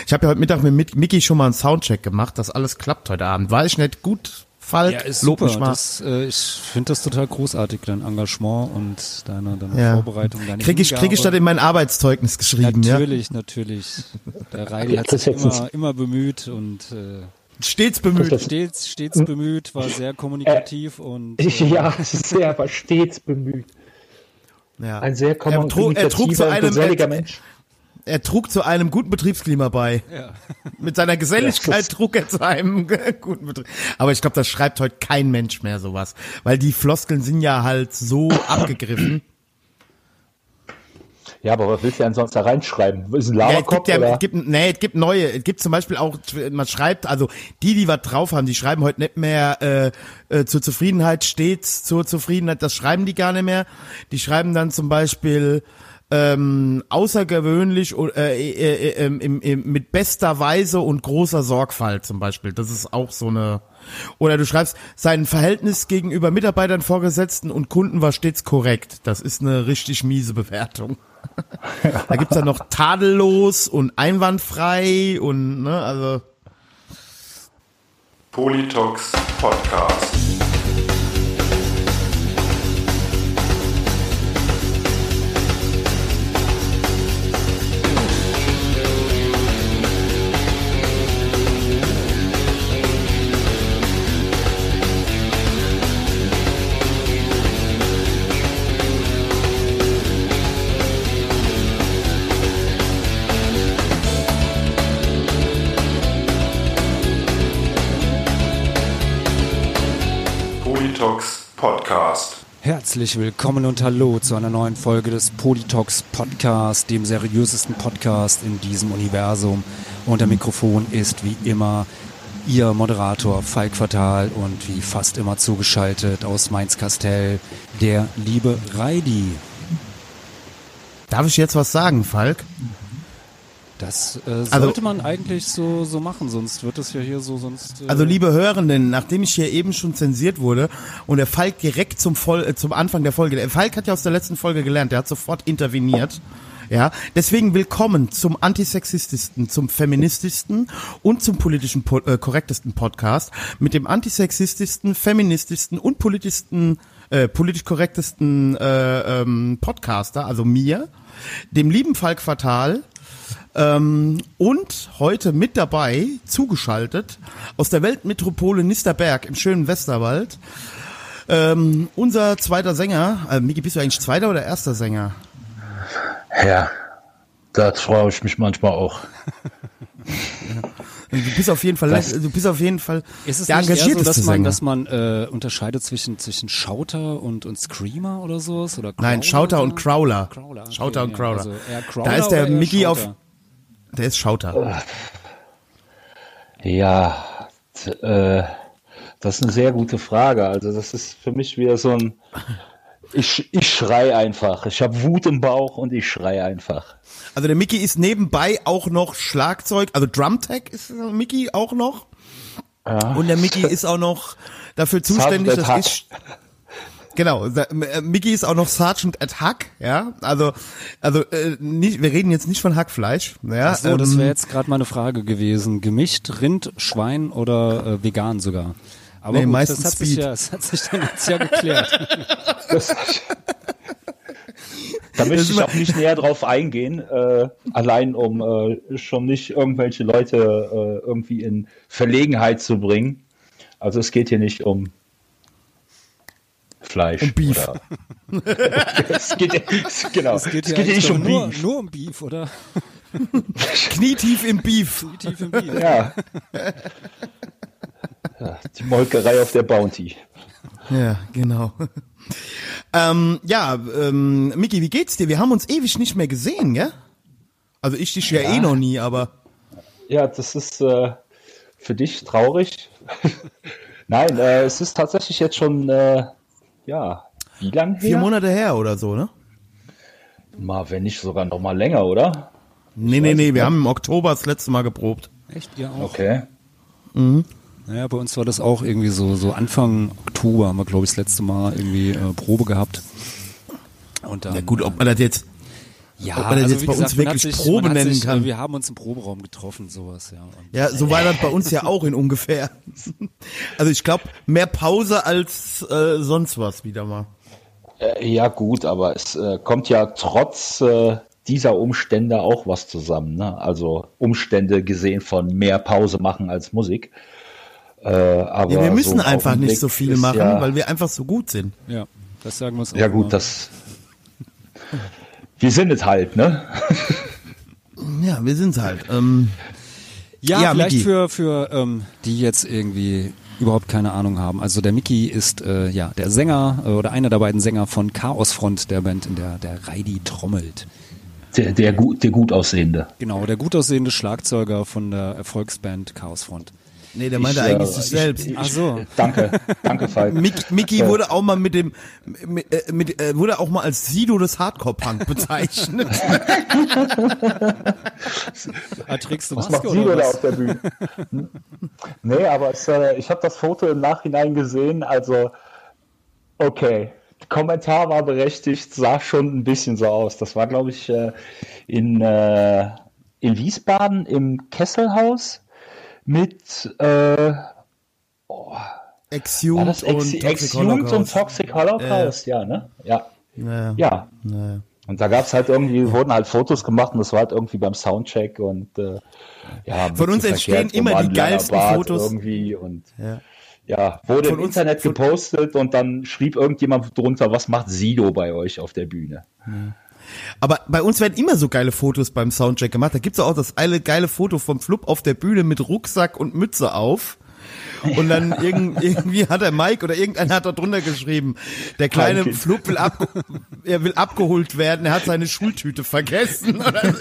Ich habe ja heute Mittag mit Micky schon mal einen Soundcheck gemacht, dass alles klappt heute Abend. War ich nicht gut, Falk? Ja, ist Lob super. mich mal. Ich finde das total großartig, dein Engagement und deine Vorbereitung, deine Krieg ich das in mein Arbeitszeugnis geschrieben, natürlich. Der Reidi hat sich immer bemüht und stets bemüht. Stets bemüht, war sehr kommunikativ und war stets bemüht. Ja. Ein sehr kommunikativer, geselliger Mensch. Er trug zu einem guten Betriebsklima bei. Ja. Mit seiner Geselligkeit trug er zu einem guten Betrieb. Aber ich glaube, das schreibt heute kein Mensch mehr sowas. Weil die Floskeln sind ja halt so abgegriffen. Ja, aber was willst du denn sonst da reinschreiben? Ist ein Laberkopf, es gibt neue. Es gibt zum Beispiel auch, man schreibt, also die was drauf haben, die schreiben heute nicht mehr zur Zufriedenheit, stets zur Zufriedenheit, das schreiben die gar nicht mehr. Die schreiben dann zum Beispiel außergewöhnlich mit bester Weise und großer Sorgfalt zum Beispiel. Das ist auch so eine. Oder du schreibst, sein Verhältnis gegenüber Mitarbeitern, Vorgesetzten und Kunden war stets korrekt. Das ist eine richtig miese Bewertung. Da gibt's dann noch tadellos und einwandfrei und ne, also. Politox Podcast. Podcast. Herzlich willkommen und hallo zu einer neuen Folge des Politox Podcast, dem seriösesten Podcast in diesem Universum. Und am Mikrofon ist wie immer Ihr Moderator Falk Fatal und wie fast immer zugeschaltet aus Mainz-Kastell, der liebe Reidi. Darf ich jetzt was sagen, Falk? Das sollte man eigentlich so machen, sonst wird es ja hier so, Also liebe Hörenden, nachdem ich hier eben schon zensiert wurde und der Falk direkt zum Anfang der Folge, der Falk hat ja aus der letzten Folge gelernt, der hat sofort interveniert, ja, deswegen willkommen zum antisexistischsten, zum feministischsten und zum politischen korrektesten Podcast mit dem antisexistischsten, feministischsten und politisch korrektesten Podcaster, also mir, dem lieben Falk Fatal. Und heute mit dabei, zugeschaltet, aus der Weltmetropole Nisterberg im schönen Westerwald, unser zweiter Sänger. Miki, bist du eigentlich zweiter oder erster Sänger? Ja, da traue ich mich manchmal auch. Du bist auf jeden Fall ist es der nicht eher so, Sänger. dass man unterscheidet zwischen Shouter und Screamer oder sowas? Oder Nein, Shouter und Crowler. Okay, Shouter und Crowler. Also eher Crowler. Da ist der Miki Shouter? der ist Shouter. Ja, das ist eine sehr gute Frage. Also das ist für mich wieder so ein, ich schrei einfach. Ich habe Wut im Bauch und ich schrei einfach. Also der Miki ist nebenbei auch noch Schlagzeug, also Drumtech ist Miki auch noch. Ja. Und der Miki ist auch noch dafür zuständig, dass ich... Genau, Miki ist auch noch Sergeant at Hack, ja, also nicht, wir reden jetzt nicht von Hackfleisch, ja. Ach so, das wäre jetzt gerade meine Frage gewesen, gemischt, Rind, Schwein oder vegan sogar? Aber nee, gut, meistens das Speed. Das hat sich dann jetzt ja geklärt. Da möchte ich auch nicht näher drauf eingehen, allein um schon nicht irgendwelche Leute irgendwie in Verlegenheit zu bringen. Also es geht hier nicht um Fleisch. Um Beef. Es geht hier nicht um Beef. Nur um Beef, oder? Knietief im Beef. Knietief im Beef. Ja. Ja, die Molkerei auf der Bounty. Ja, genau. Miki, wie geht's dir? Wir haben uns ewig nicht mehr gesehen, gell? Also ich dich ja eh noch nie, aber... Ja, das ist für dich traurig. Nein, es ist tatsächlich jetzt schon... wie lange her? 4 Monate her oder so, ne? Mal, wenn nicht sogar noch mal länger, oder? Nee, wir haben im Oktober das letzte Mal geprobt. Echt, ihr auch? Okay. Mhm. Naja, bei uns war das auch irgendwie so Anfang Oktober haben wir, glaube ich, das letzte Mal irgendwie Probe gehabt. Und dann, Ja gut, ob man das jetzt... Ja, ob man das also jetzt wie bei gesagt, uns wirklich Probe nennen kann. Wir haben uns im Proberaum getroffen, sowas, ja. Ja, so war das bei uns ja auch in ungefähr. Also ich glaube, mehr Pause als sonst was wieder mal. Ja gut, aber es kommt ja trotz dieser Umstände auch was zusammen. Ne? Also Umstände gesehen von mehr Pause machen als Musik. Aber Ja, wir müssen so einfach nicht Augenblick so viel ist machen, ja, weil wir einfach so gut sind. Ja, das sagen wir uns auch. ja gut, immer. das wir sind es halt, ne? Ja, wir sind's halt. Ja, vielleicht Micky. für die jetzt irgendwie überhaupt keine Ahnung haben. Also der Micky ist der Sänger oder einer der beiden Sänger von Chaosfront, der Band, in der Reidi trommelt. Der gut aussehende. Genau, der gut aussehende Schlagzeuger von der Erfolgsband Chaosfront. Nee, der meinte eigentlich sich selbst. Ach so. Danke, Falk. Micky wurde auch mal wurde auch mal als Sido des Hardcore-Punk bezeichnet. Trägst du Was Maske macht Sido oder da was? auf der Bühne? Nee, aber ich habe das Foto im Nachhinein gesehen, also okay. Kommentar war berechtigt, sah schon ein bisschen so aus. Das war, glaube ich, in Wiesbaden im Kesselhaus mit Exhumed war das und Toxic Exhumed und Holocaust. Toxic Holocaust, ja, ne? Ja. Naja. Und da gab's halt irgendwie, wurden halt Fotos gemacht und das war halt irgendwie beim Soundcheck und ja. Von uns entstehen immer die geilsten Fotos. Irgendwie und Ja. wurde Von im uns- Internet gepostet und dann schrieb irgendjemand drunter, was macht Sido bei euch auf der Bühne? Aber bei uns werden immer so geile Fotos beim Soundcheck gemacht. Da gibt's auch das eine geile Foto vom Flup auf der Bühne mit Rucksack und Mütze auf. Und dann irgendwie hat der Mike oder irgendeiner hat da drunter geschrieben, der kleine Kein Kind. Flup will abgeholt werden, er hat seine Schultüte vergessen. Oder so.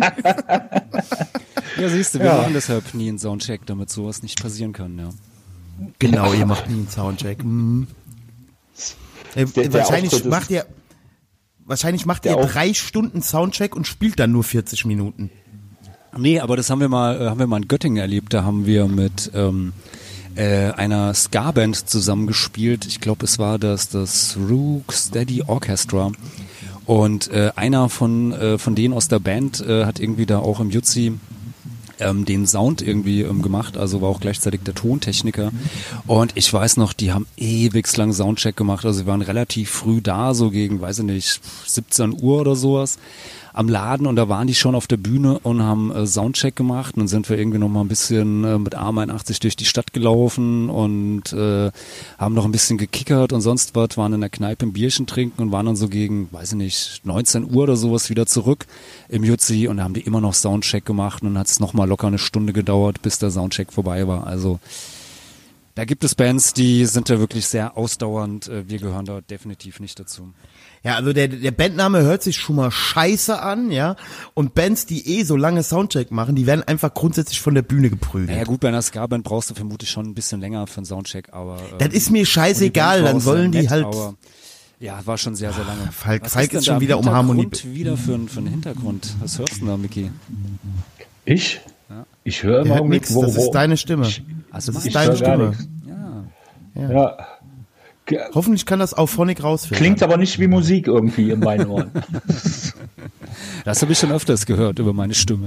Ja, siehst du, wir machen deshalb nie einen Soundcheck, damit sowas nicht passieren kann, ja. Genau, ihr macht nie einen Soundcheck. Mhm. Der Wahrscheinlich Auftritt macht ihr der 3 Stunden Soundcheck und spielt dann nur 40 Minuten. Nee, aber das haben wir mal in Göttingen erlebt. Da haben wir mit einer Ska-Band zusammengespielt. Ich glaube, es war das Rooksteady Orchestra. Und einer von denen aus der Band hat irgendwie da auch im Jutzi den Sound irgendwie gemacht, also war auch gleichzeitig der Tontechniker. Und ich weiß noch, die haben ewig lang Soundcheck gemacht, also wir waren relativ früh da, so gegen, weiß ich nicht, 17 Uhr oder sowas am Laden und da waren die schon auf der Bühne und haben Soundcheck gemacht und dann sind wir irgendwie noch mal ein bisschen mit A81 durch die Stadt gelaufen und haben noch ein bisschen gekickert und sonst was, waren in der Kneipe ein Bierchen trinken und waren dann so gegen, weiß ich nicht, 19 Uhr oder sowas wieder zurück im Jutzi und da haben die immer noch Soundcheck gemacht und dann hat es noch mal locker eine Stunde gedauert, bis der Soundcheck vorbei war. Also da gibt es Bands, die sind da wirklich sehr ausdauernd. Wir gehören da definitiv nicht dazu. Ja, also der Bandname hört sich schon mal scheiße an, ja. Und Bands, die so lange Soundcheck machen, die werden einfach grundsätzlich von der Bühne geprügelt. Naja gut, bei einer Ska-Band brauchst du vermutlich schon ein bisschen länger für einen Soundcheck, aber Das ist mir scheißegal, und die Band war dann auch sollen sehr die nett, halt. aber ja, war schon sehr, sehr lange. Falk Was ist denn schon da wieder im um Harmonie. Hintergrund wieder für einen Hintergrund? Was hörst du denn da, Micky? Ich? Ja. Ich höre im Der hört Augenblick, nix, das ist deine Stimme. Also Das ich ist deine höre gar Stimme. nichts. Ja. Ja. Hoffentlich kann das Auphonic rausfinden. Klingt aber nicht wie Musik irgendwie in meinen Ohren. Das habe ich schon öfters gehört über meine Stimme,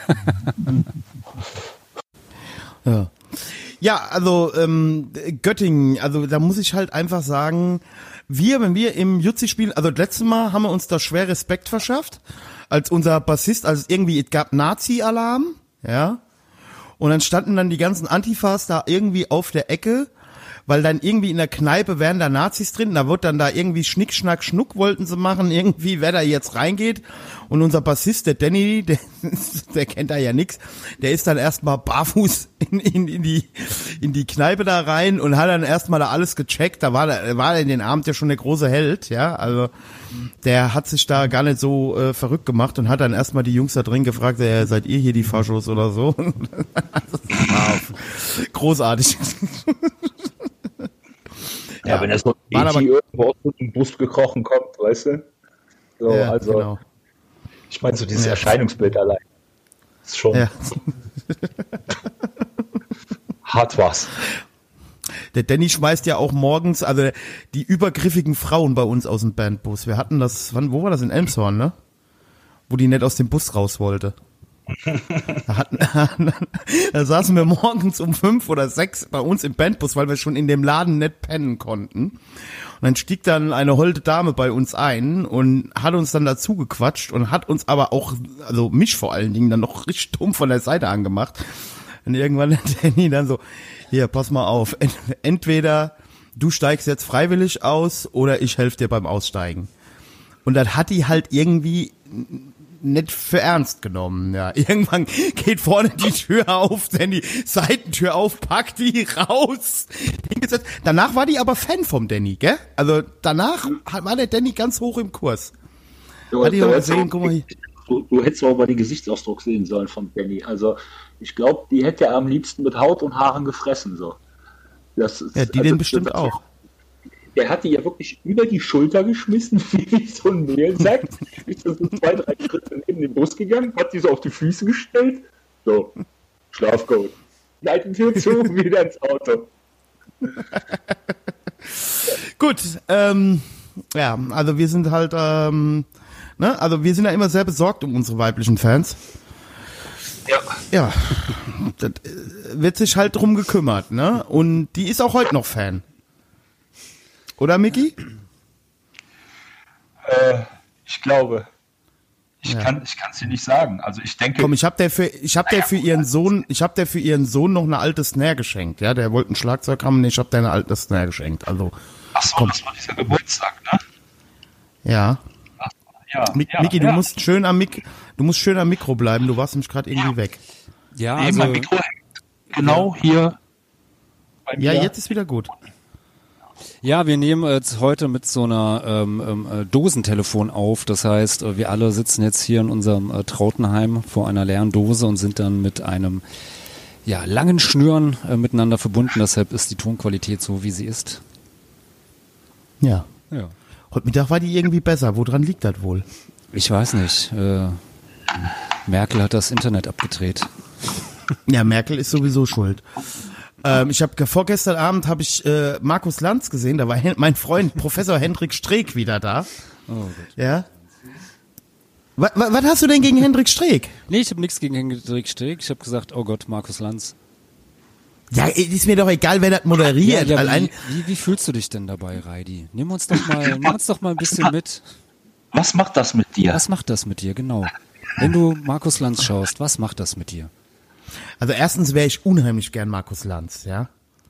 ja. Ja, also Göttingen, also da muss ich halt einfach sagen, wenn wir im Jutzi spielen, also das letzte Mal haben wir uns da schwer Respekt verschafft, als unser Bassist, als es gab Nazi-Alarm, ja, und dann standen dann die ganzen Antifas da irgendwie auf der Ecke, weil dann irgendwie in der Kneipe wären da Nazis drin, da wird dann da irgendwie Schnick, Schnack, Schnuck wollten sie machen, irgendwie, wer da jetzt reingeht. Und unser Bassist, der Danny, der kennt da ja nix, der ist dann erstmal barfuß in die Kneipe da rein und hat dann erstmal da alles gecheckt. Da war er in den Abend ja schon der große Held, ja, also der hat sich da gar nicht so verrückt gemacht und hat dann erstmal die Jungs da drin gefragt, seid ihr hier die Faschos oder so? Das war großartig. Ja, wenn er so War aber- irgendwo aus dem Bus gekrochen kommt, weißt du? So, Ja, also, genau. ich meine, so dieses Erscheinungsbild allein. Ist schon Ja. hart was. Der Danny schmeißt ja auch morgens, also die übergriffigen Frauen bei uns aus dem Bandbus. Wir hatten das, wo war das? In Elmshorn, ne? wo die nicht aus dem Bus raus wollte. Da saßen wir morgens um 5 oder 6 bei uns im Bandbus, weil wir schon in dem Laden nicht pennen konnten. Und dann stieg dann eine holde Dame bei uns ein und hat uns dann dazu gequatscht und hat uns aber auch, also mich vor allen Dingen, dann noch richtig dumm von der Seite angemacht. Und irgendwann hat Danny dann so, hier, pass mal auf, entweder du steigst jetzt freiwillig aus oder ich helfe dir beim Aussteigen. Und dann hat die halt irgendwie nicht für ernst genommen, ja. Irgendwann geht vorne die Tür auf, denn die Seitentür auf, packt die raus. Danach war die aber Fan vom Danny, gell? Also danach war der Danny ganz hoch im Kurs. Du hättest auch mal den Gesichtsausdruck sehen sollen von Danny. Also ich glaube, die hätte er am liebsten mit Haut und Haaren gefressen, so. Das ist, ja, die den bestimmt auch. Der hat die ja wirklich über die Schulter geschmissen, wie so ein Mehlsack. Ist so 2-3 Schritte neben den Bus gegangen, hat die so auf die Füße gestellt. So, Schlafcode. Seitentür zu, wieder ins Auto. Gut, ja, also wir sind halt, ne, also wir sind ja immer sehr besorgt um unsere weiblichen Fans. Ja. Ja, das wird sich halt drum gekümmert, ne? Und die ist auch heute noch Fan. Oder, Micky? Ich glaube. Ich kann es dir nicht sagen. Also ich denke. Komm, ich hab der für ihren Sohn noch eine alte Snare geschenkt, ja? Der wollte ein Schlagzeug haben und ich hab der eine alte Snare geschenkt. Also. Ach so, komm. Das war dieser Geburtstag, ne? Ja. Ja. Micky, du musst schön am Mikro bleiben. Du warst nämlich gerade irgendwie weg. Ja, Nee, also, mein Mikro hängt genau hier. Bei mir. Ja, jetzt ist wieder gut. ja, wir nehmen jetzt heute mit so einer Dosentelefon auf. Das heißt, wir alle sitzen jetzt hier in unserem Trautenheim vor einer leeren Dose und sind dann mit einem langen Schnüren miteinander verbunden. Deshalb ist die Tonqualität so, wie sie ist. Ja. Ja. Heute Mittag war die irgendwie besser. Woran liegt das wohl? Ich weiß nicht. Merkel hat das Internet abgedreht. Ja, Merkel ist sowieso schuld. Ich habe vorgestern Abend habe ich Markus Lanz gesehen. Da war mein Freund Professor Hendrik Streeck wieder da. Oh Gott. Ja. Was hast du denn gegen Hendrik Streeck? Nee, ich habe nichts gegen Hendrik Streeck. Ich habe gesagt, oh Gott, Markus Lanz. Ja, ist mir doch egal, wer das moderiert. Ja, Allein, wie fühlst du dich denn dabei, Reidi? Nimm uns doch mal ein bisschen mit. Was macht das mit dir? Was macht das mit dir, genau? Wenn du Markus Lanz schaust, was macht das mit dir? also erstens wäre ich unheimlich gern Markus Lanz, ja.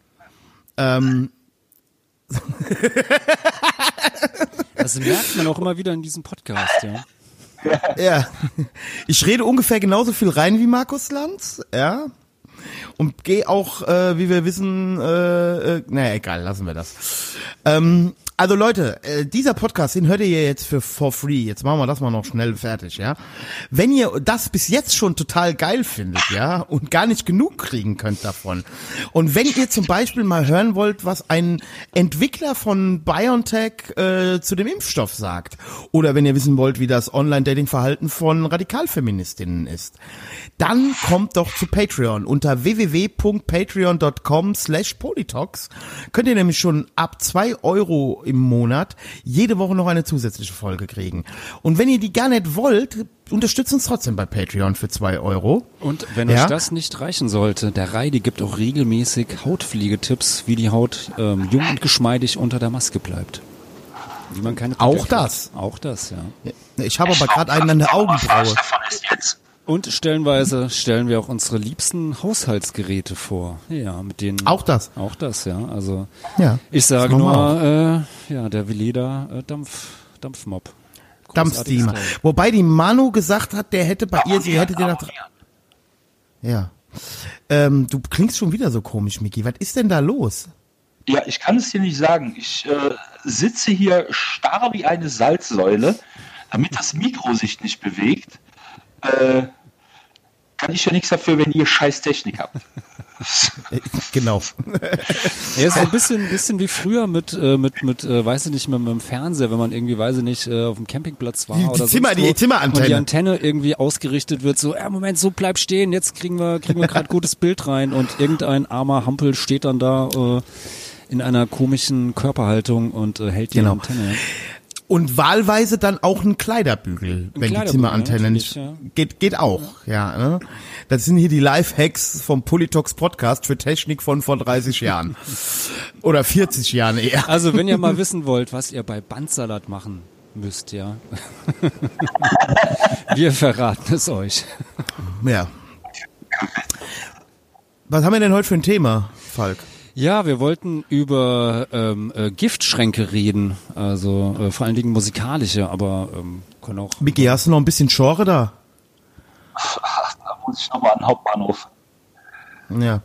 Das merkt man auch immer wieder in diesem Podcast, ja. Ja. Ich rede ungefähr genauso viel rein wie Markus Lanz, ja. Und gehe auch, wie wir wissen, naja, egal, lassen wir das. Also Leute, dieser Podcast, den hört ihr jetzt for free. Jetzt machen wir das mal noch schnell fertig, ja. Wenn ihr das bis jetzt schon total geil findet, ja, und gar nicht genug kriegen könnt davon. Und wenn ihr zum Beispiel mal hören wollt, was ein Entwickler von BioNTech zu dem Impfstoff sagt, oder wenn ihr wissen wollt, wie das Online-Dating-Verhalten von Radikalfeministinnen ist, dann kommt doch zu Patreon. Unter www.patreon.com/Politox könnt ihr nämlich schon ab 2 € im Monat jede Woche noch eine zusätzliche Folge kriegen. Und wenn ihr die gar nicht wollt, unterstützt uns trotzdem bei Patreon für 2 €. Und wenn euch das nicht reichen sollte, der Reidi gibt auch regelmäßig Hautpflegetipps, wie die Haut jung und geschmeidig unter der Maske bleibt. Wie man keine Auch das? Auch das, ja. Ich habe aber gerade einen an der Augenbraue. Und stellenweise stellen wir auch unsere liebsten Haushaltsgeräte vor. Ja, mit denen. Auch das? Auch das, ja. Also, Ja. ich sage Das machen nur, der Veleda Dampfmop. Dampfsteamer. Wobei die Manu gesagt hat, der hätte bei ihr, sie hätte dir nach... Ja. Du klingst schon wieder so komisch, Micky. Was ist denn da los? Ja, ich kann es dir nicht sagen. Ich sitze hier starr wie eine Salzsäule, damit das Mikro sich nicht bewegt. Kann ich ja nichts dafür, wenn ihr scheiß Technik habt. Genau. Er ist ein bisschen wie früher mit weiß ich nicht, mit dem Fernseher, wenn man irgendwie, weiß ich nicht, auf dem Campingplatz war oder so. Die Zimmerantenne. Und die Antenne irgendwie ausgerichtet wird, so, Moment, so bleib stehen, jetzt kriegen wir gerade gutes Bild rein und irgendein armer Hampel steht dann da in einer komischen Körperhaltung und hält die Antenne. Und wahlweise dann auch ein Kleiderbügel, wenn die Zimmerantenne nicht geht auch, ja. Ne? Das sind hier die Lifehacks vom Politox Podcast für Technik von vor 30 Jahren. Oder 40 Jahren eher. Also wenn ihr mal wissen wollt, was ihr bei Bandsalat machen müsst, ja. Wir verraten es euch. Ja. Was haben wir denn heute für ein Thema, Falk? Ja, wir wollten über Giftschränke reden, also vor allen Dingen musikalische, aber können auch... Micky, hast du noch ein bisschen Genre da? Da muss ich nochmal an den Hauptbahnhof. Ja.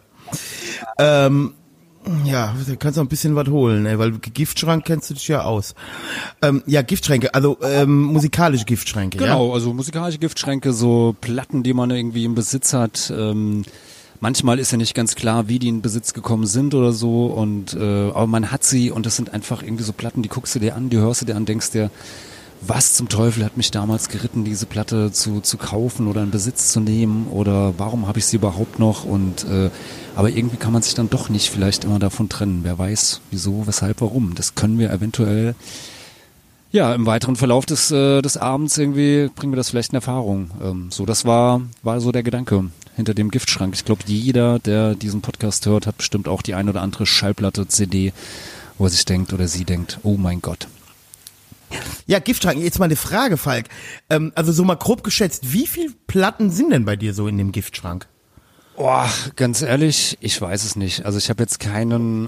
Ja, da kannst du noch ein bisschen was holen, ey, weil Giftschrank kennst du dich ja aus. Ja, Giftschränke, also musikalische Giftschränke, genau, ja? Also musikalische Giftschränke, so Platten, die man irgendwie im Besitz hat. Manchmal ist ja nicht ganz klar, wie die in Besitz gekommen sind oder so, und aber man hat sie, und das sind einfach irgendwie so Platten, die guckst du dir an, die hörst du dir an, denkst dir, was zum Teufel hat mich damals geritten, diese Platte zu kaufen oder in Besitz zu nehmen, oder warum habe ich sie überhaupt noch, und aber irgendwie kann man sich dann doch nicht vielleicht immer davon trennen. Wer weiß, wieso, weshalb, warum. Das können wir eventuell, ja, im weiteren Verlauf des Abends irgendwie, bringen wir das vielleicht in Erfahrung. So, das war so der Gedanke hinter dem Giftschrank. Ich glaube, jeder, der diesen Podcast hört, hat bestimmt auch die ein oder andere Schallplatte, CD, wo er sich denkt oder sie denkt, oh mein Gott. Ja, Giftschrank, jetzt mal eine Frage, Falk. Also so mal grob geschätzt, wie viele Platten sind denn bei dir so in dem Giftschrank? Boah, ganz ehrlich, ich weiß es nicht. Also ich habe jetzt keinen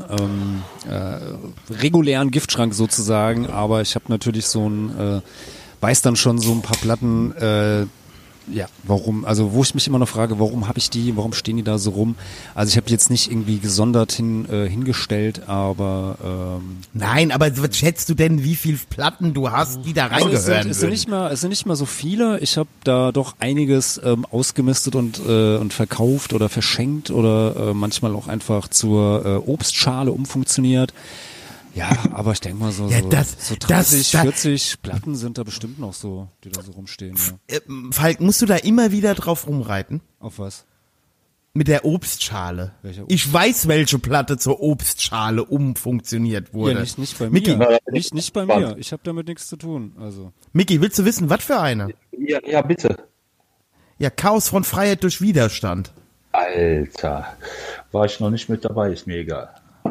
regulären Giftschrank sozusagen, aber ich habe natürlich so weiß dann schon so ein paar Platten, ja, warum, also wo ich mich immer noch frage, warum habe ich die, warum stehen die da so rum? Also ich habe die jetzt nicht irgendwie gesondert hingestellt, aber Nein, aber was schätzt du denn, wie viele Platten du hast, die da reingehören es sind nicht mal so viele. Ich habe da doch einiges ausgemistet und verkauft oder verschenkt oder manchmal auch einfach zur Obstschale umfunktioniert. Ja, aber ich denke mal so 30, 40 Platten sind da bestimmt noch so, die da so rumstehen. Ja. Falk, musst du da immer wieder drauf rumreiten? Auf was? Mit der Obstschale. Welche Obst? Ich weiß, welche Platte zur Obstschale umfunktioniert wurde. Ja, nicht bei Micky. mir. Nicht bei mir. Ich habe damit nichts zu tun. Also. Micky, willst du wissen, was für eine? Ja, bitte. Ja, Chaos von Freiheit durch Widerstand. Alter, war ich noch nicht mit dabei, ist mir egal.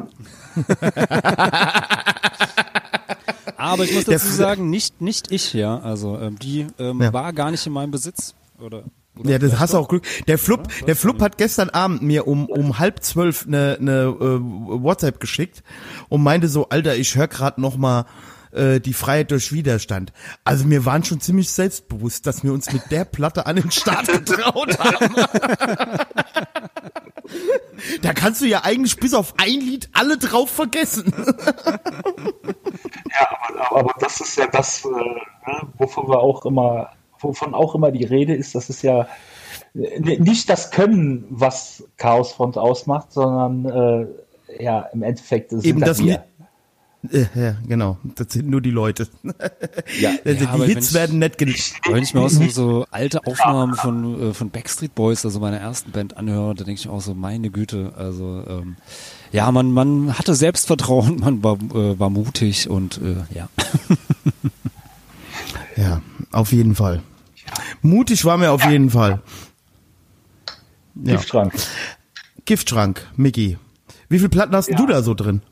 Aber ich muss dazu sagen, nicht ich, ja. Also die war gar nicht in meinem Besitz. Oder ja, das hast du auch Glück. Der Flup hat gestern Abend mir um 11:30 eine WhatsApp geschickt und meinte so, Alter, ich höre gerade noch mal die Freiheit durch Widerstand. Also wir waren schon ziemlich selbstbewusst, dass wir uns mit der Platte an den Start getraut haben. Da kannst du ja eigentlich bis auf ein Lied alle drauf vergessen. Ja, aber das ist ja das, wovon auch immer die Rede ist. Das ist ja nicht das Können, was Chaosfront ausmacht, sondern ja, im Endeffekt sind eben das wir. Ja, genau. Das sind nur die Leute. Ja, also die Hits werden nicht gelesen. Wenn ich mir auch so alte Aufnahmen von Backstreet Boys, also meiner ersten Band, anhöre, da denke ich auch so, meine Güte, also ja, man hatte Selbstvertrauen, man war mutig und ja. Ja, auf jeden Fall. Mutig war mir auf jeden Fall. Ja. Giftschrank, Micky. Wie viele Platten hast du da so drin?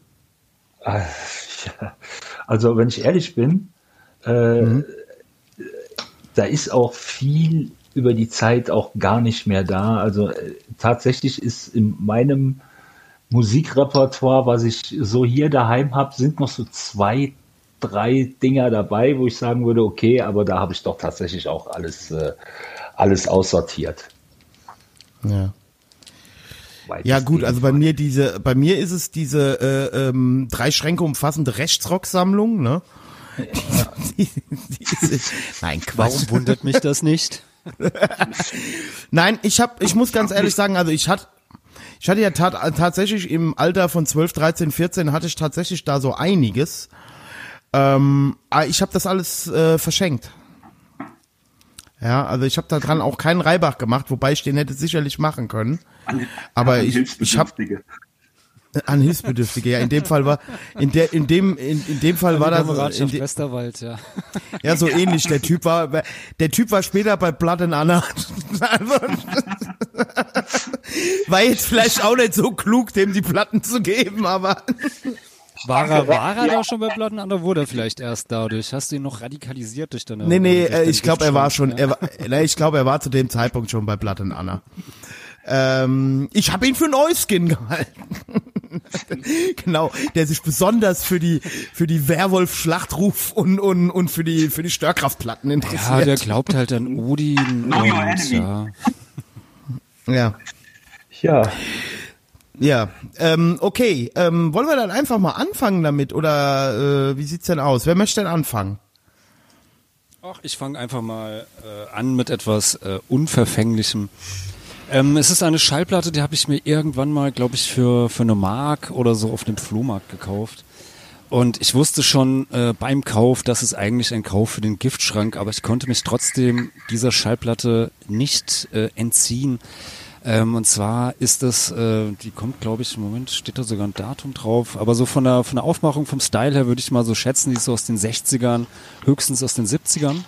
Also wenn ich ehrlich bin, da ist auch viel über die Zeit auch gar nicht mehr da. Also tatsächlich ist in meinem Musikrepertoire, was ich so hier daheim habe, sind noch so 2, 3 Dinger dabei, wo ich sagen würde, okay, aber da habe ich doch tatsächlich auch alles aussortiert. Ja. Ja gut, also bei mir ist es diese 3 Schränke umfassende Rechtsrock-Sammlung, ne? Nein, Quatsch. Warum wundert mich das nicht? Nein, ich muss ganz ehrlich sagen, also ich hatte ja tatsächlich im Alter von 12, 13, 14 hatte ich tatsächlich da so einiges. Ich habe das alles verschenkt. Ja, also ich habe da dran auch keinen Reibach gemacht, wobei ich den hätte sicherlich machen können. Aber ich habe An Hilfsbedürftige, ja. In dem Fall war, in dem Fall war das, Westerwald, ja. Ja, so ähnlich. Der Typ war später bei Blood and Anna. War jetzt vielleicht auch nicht so klug, dem die Platten zu geben, aber. War er da schon bei Blood and Anna? Wurde er vielleicht erst dadurch? Hast du ihn noch radikalisiert durch deine? Nee, ich glaube, er war schon, ich glaube, er war zu dem Zeitpunkt schon bei Blood and Anna. Ich habe ihn für einen Euskin gehalten. Genau, der sich besonders für die Werwolf-Schlachtruf und für die Störkraftplatten interessiert. Ja, der glaubt halt an Odin und ja. Okay, wollen wir dann einfach mal anfangen damit oder wie sieht's denn aus? Wer möchte denn anfangen? Ach, ich fange einfach mal an mit etwas Unverfänglichem. Es ist eine Schallplatte, die habe ich mir irgendwann mal, glaube ich, für eine Mark oder so auf dem Flohmarkt gekauft. Und ich wusste schon beim Kauf, das ist eigentlich ein Kauf für den Giftschrank, aber ich konnte mich trotzdem dieser Schallplatte nicht entziehen. Und zwar ist das, die kommt, glaube ich, im Moment steht da sogar ein Datum drauf, aber so von der Aufmachung, vom Style her würde ich mal so schätzen, die ist so aus den 60ern, höchstens aus den 70ern.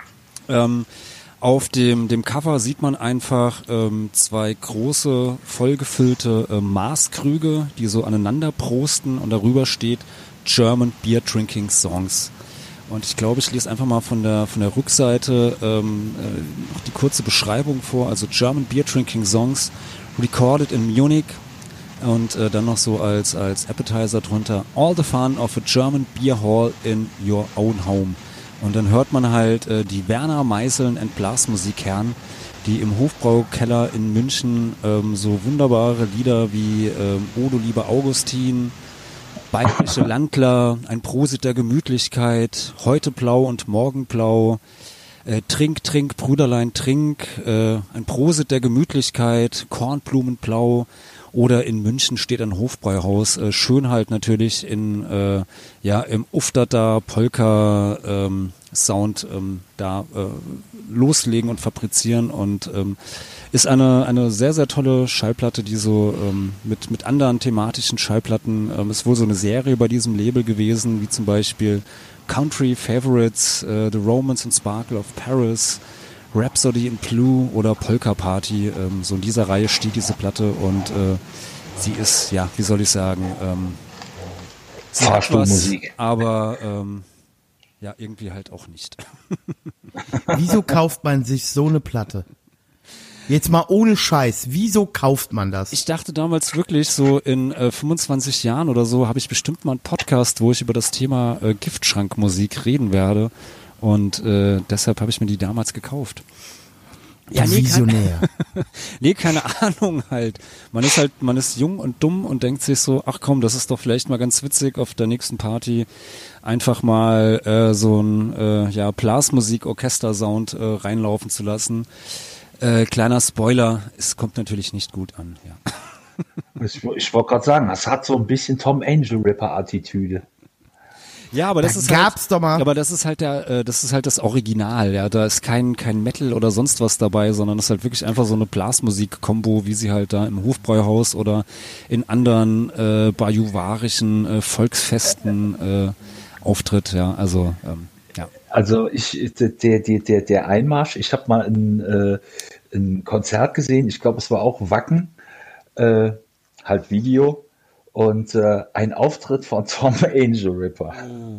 Auf dem Cover sieht man einfach zwei große, vollgefüllte Maßkrüge, die so aneinander prosten und darüber steht German Beer Drinking Songs. Und ich glaube, ich lese einfach mal von der Rückseite noch die kurze Beschreibung vor. Also German Beer Drinking Songs, recorded in Munich. Und dann noch so als Appetizer drunter, all the fun of a German Beer Hall in your own home. Und dann hört man halt die Werner Meißeln and Blasmusikherren, die im Hofbraukeller in München so wunderbare Lieder wie O du lieber Augustin, Bayerische Landler, ein Prosit der Gemütlichkeit, heute blau und morgen blau, Trink, trink, Brüderlein, trink, ein Prosit der Gemütlichkeit, Kornblumenblau. Oder in München steht ein Hofbräuhaus, schön halt natürlich im Ufterter Polka Sound loslegen und fabrizieren und ist eine sehr, sehr tolle Schallplatte, die so mit anderen thematischen Schallplatten, ist wohl so eine Serie bei diesem Label gewesen, wie zum Beispiel Country Favorites, The Romance and Sparkle of Paris, Rhapsody in Blue oder Polka Party, so in dieser Reihe steht diese Platte und sie ist, ja, wie soll ich sagen, sie hat was, aber ja, irgendwie halt auch nicht. Wieso kauft man sich so eine Platte? Jetzt mal ohne Scheiß, wieso kauft man das? Ich dachte damals wirklich, so in 25 Jahren oder so, habe ich bestimmt mal einen Podcast, wo ich über das Thema Giftschrankmusik reden werde. Und deshalb habe ich mir die damals gekauft. Ja, Visionär. Nee, keine Ahnung halt. Man ist jung und dumm und denkt sich so, ach komm, das ist doch vielleicht mal ganz witzig, auf der nächsten Party einfach mal so ein Blasmusik-Orchester-Sound reinlaufen zu lassen. Kleiner Spoiler, es kommt natürlich nicht gut an. Ja. Ich wollte gerade sagen, das hat so ein bisschen Tom Angel Ripper-Attitüde. Ja, aber das da ist gab's halt, doch mal. aber das ist halt das Original, ja. Da ist kein Metal oder sonst was dabei, sondern das ist halt wirklich einfach so eine Blasmusik-Kombo, wie sie halt da im Hofbräuhaus oder in anderen bajuwarischen Volksfesten auftritt, ja. Also ja. Also der Einmarsch, ich habe mal ein Konzert gesehen, ich glaube es war auch Wacken, halt Video. Und ein Auftritt von Tom Angel Ripper.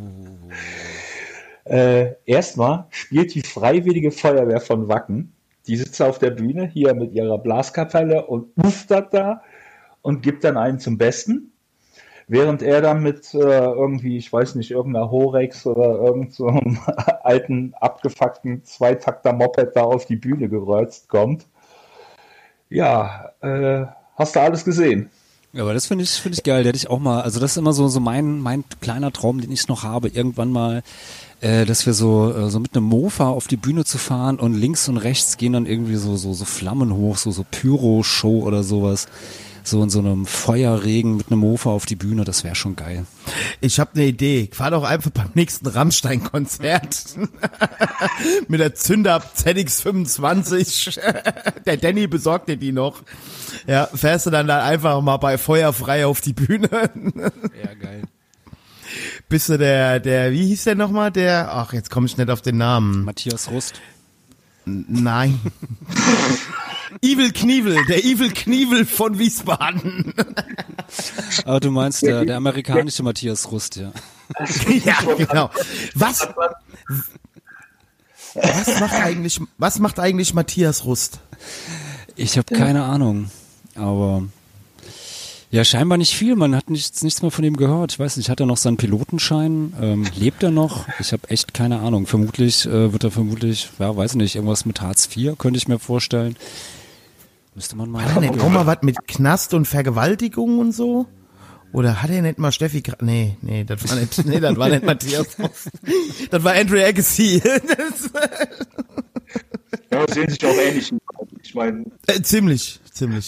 Erstmal spielt die Freiwillige Feuerwehr von Wacken. Die sitzt auf der Bühne hier mit ihrer Blaskapelle und uftert da und gibt dann einen zum Besten. Während er dann mit irgendwie, ich weiß nicht, irgendeiner Horex oder irgend so einem alten, abgefuckten Zweitakter-Moped da auf die Bühne gerollt kommt. Ja, hast du alles gesehen? Ja, aber das finde ich geil, der hätte ich auch mal, also das ist immer so mein kleiner Traum, den ich noch habe, irgendwann mal, dass wir so mit einem Mofa auf die Bühne zu fahren und links und rechts gehen dann irgendwie so Flammen hoch, so Pyro-Show oder sowas. so in so einem Feuerregen mit einem Mofa auf die Bühne, das wäre schon geil. Ich habe eine Idee. Fahr doch einfach beim nächsten Rammstein-Konzert mit der Zünder ZX25. Der Danny besorgt dir die noch. Ja, fährst du dann einfach mal bei Feuer frei auf die Bühne. Ja, geil. Bist du der, wie hieß der nochmal? Ach, jetzt komme ich nicht auf den Namen. Matthias Rust. Nein. Evil Knievel, der Evil Knievel von Wiesbaden. Aber du meinst der amerikanische Matthias Rust, ja. Ja, genau. Was macht eigentlich Matthias Rust? Ich habe keine Ahnung, aber ja, scheinbar nicht viel. Man hat nichts mehr von ihm gehört. Ich weiß nicht, hat er noch seinen Pilotenschein? Lebt er noch? Ich habe echt keine Ahnung. Vermutlich wird er ja, weiß nicht, irgendwas mit Hartz IV, könnte ich mir vorstellen. Müsste man mal. Hat er nicht auch mal was mit Knast und Vergewaltigung und so? Oder hat er nicht mal Steffi Nee, das war nicht Matthias. Das war Andre Agassi. Ja, sehen sich auch ähnlich. Ich meine. Ziemlich.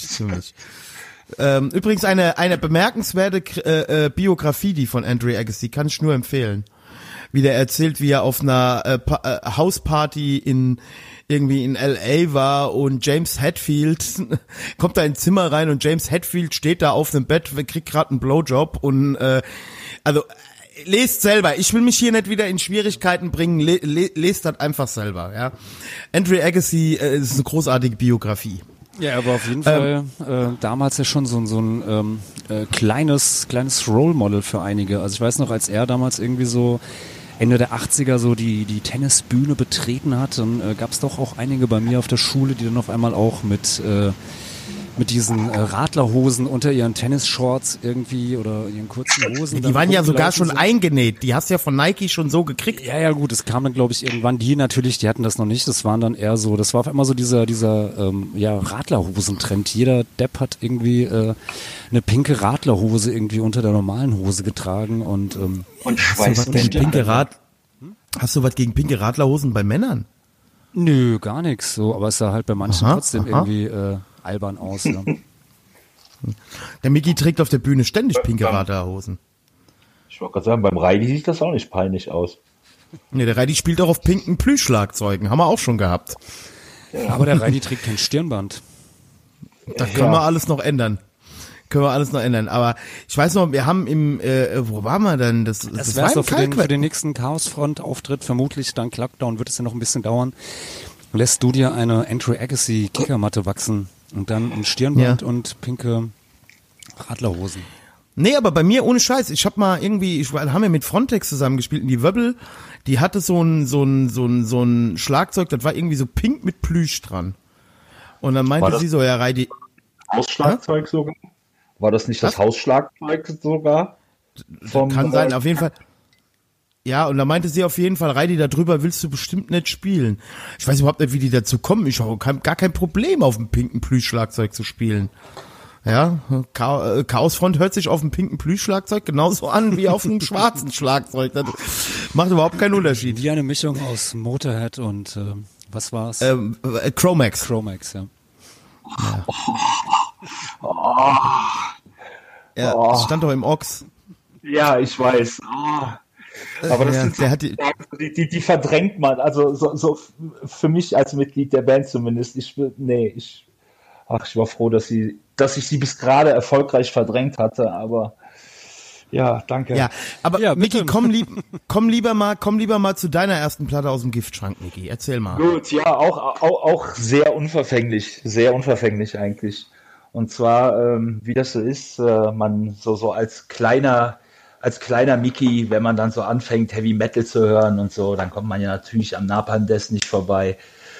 Übrigens eine bemerkenswerte Biografie, die von Andre Agassi, kann ich nur empfehlen. Wie der erzählt, wie er auf einer Hausparty irgendwie in LA war und James Hetfield kommt da ins Zimmer rein und James Hetfield steht da auf dem Bett, kriegt gerade einen Blowjob und lest selber. Ich will mich hier nicht wieder in Schwierigkeiten bringen. Lest das einfach selber. Ja, Andre Agassi ist eine großartige Biografie. Ja, aber auf jeden Fall damals ja schon so ein kleines Role Model für einige. Also ich weiß noch, als er damals irgendwie so Ende der 80er so die Tennisbühne betreten hat, dann gab es doch auch einige bei mir auf der Schule, die dann auf einmal auch mit diesen Radlerhosen unter ihren Tennisshorts irgendwie oder ihren kurzen Hosen. Die waren ja sogar schon eingenäht. Die hast du ja von Nike schon so gekriegt. Ja, gut, es kam dann, glaube ich, irgendwann die hatten das noch nicht. Das waren dann eher so, das war auf einmal so dieser Radlerhosentrend. Jeder Depp hat irgendwie eine pinke Radlerhose irgendwie unter der normalen Hose getragen und Hast du was gegen pinke Radlerhosen bei Männern? Nö, gar nichts. So, aber es sah halt bei manchen trotzdem irgendwie albern aus. Ja. Der Micky trägt auf der Bühne ständig pinke Radlerhosen. Ich wollte gerade sagen, beim Reidi sieht das auch nicht peinlich aus. Nee, der Reidi spielt auch auf pinken Plüschschlagzeugen. Haben wir auch schon gehabt. Ja. Aber der Reidi trägt kein Stirnband. Das können wir alles noch ändern. Aber ich weiß noch, wir haben wo waren wir denn? Das wäre doch für den nächsten Chaosfront-Auftritt, vermutlich dank Lockdown wird es ja noch ein bisschen dauern. Lässt du dir eine Andre Agassi Kickermatte wachsen und dann ein Stirnband und pinke Radlerhosen. Nee, aber bei mir ohne Scheiß. Ich habe mal haben wir mit Frontex zusammengespielt und die Wöbbel, die hatte so ein Schlagzeug, das war irgendwie so pink mit Plüsch dran. Und dann meinte sie so, ja, Reidi. Hausschlagzeug sogar? War das nicht das Hausschlagzeug sogar? Kann sein, auf jeden Fall. Ja, und da meinte sie auf jeden Fall, Reidi, darüber willst du bestimmt nicht spielen. Ich weiß überhaupt nicht, wie die dazu kommen. Ich habe gar kein Problem, auf dem pinken Plüschschlagzeug zu spielen. Ja, Chaosfront hört sich auf dem pinken Plüschschlagzeug genauso an wie auf einem schwarzen Schlagzeug. Das macht überhaupt keinen Unterschied. Wie eine Mischung aus Motorhead und was war's? Chromax. Chromax, ja. Ja, das stand doch im Ochs. Ja, ich weiß. Aber das sind die verdrängt man. Also so für mich als Mitglied der Band zumindest. Ich war froh, dass ich sie bis gerade erfolgreich verdrängt hatte. Aber ja, danke. Ja, aber ja, Micky, komm lieber mal zu deiner ersten Platte aus dem Giftschrank, Micky. Erzähl mal. Gut, ja, auch sehr unverfänglich eigentlich. Und zwar, wie das so ist, man so als kleiner Micky, wenn man dann so anfängt, Heavy Metal zu hören und so, dann kommt man ja natürlich am Napalm Death nicht vorbei.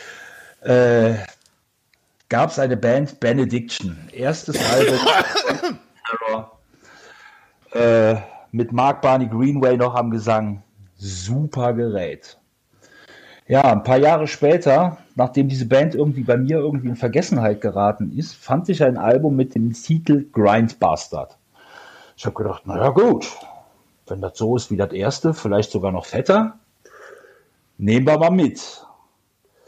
Gab es eine Band, Benediction. Erstes Album mit Mark Barney Greenway noch am Gesang. Super Gerät. Ja, ein paar Jahre später, nachdem diese Band bei mir in Vergessenheit geraten ist, fand ich ein Album mit dem Titel Grind Bastard. Ich habe gedacht, naja gut, wenn das so ist wie das erste, vielleicht sogar noch fetter, nehmen wir mal mit.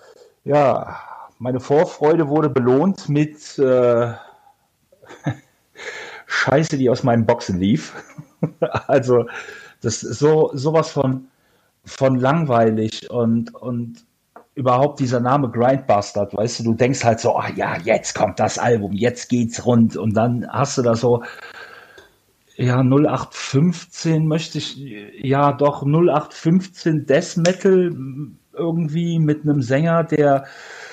Ja, meine Vorfreude wurde belohnt mit Scheiße, die aus meinen Boxen lief. Also, das ist sowas von langweilig und überhaupt dieser Name Grindbastard, weißt du, du denkst halt so, ach ja, jetzt kommt das Album, jetzt geht's rund und dann hast du da so, ja, 0815 möchte ich, ja doch, 0815 Death Metal irgendwie mit einem Sänger, der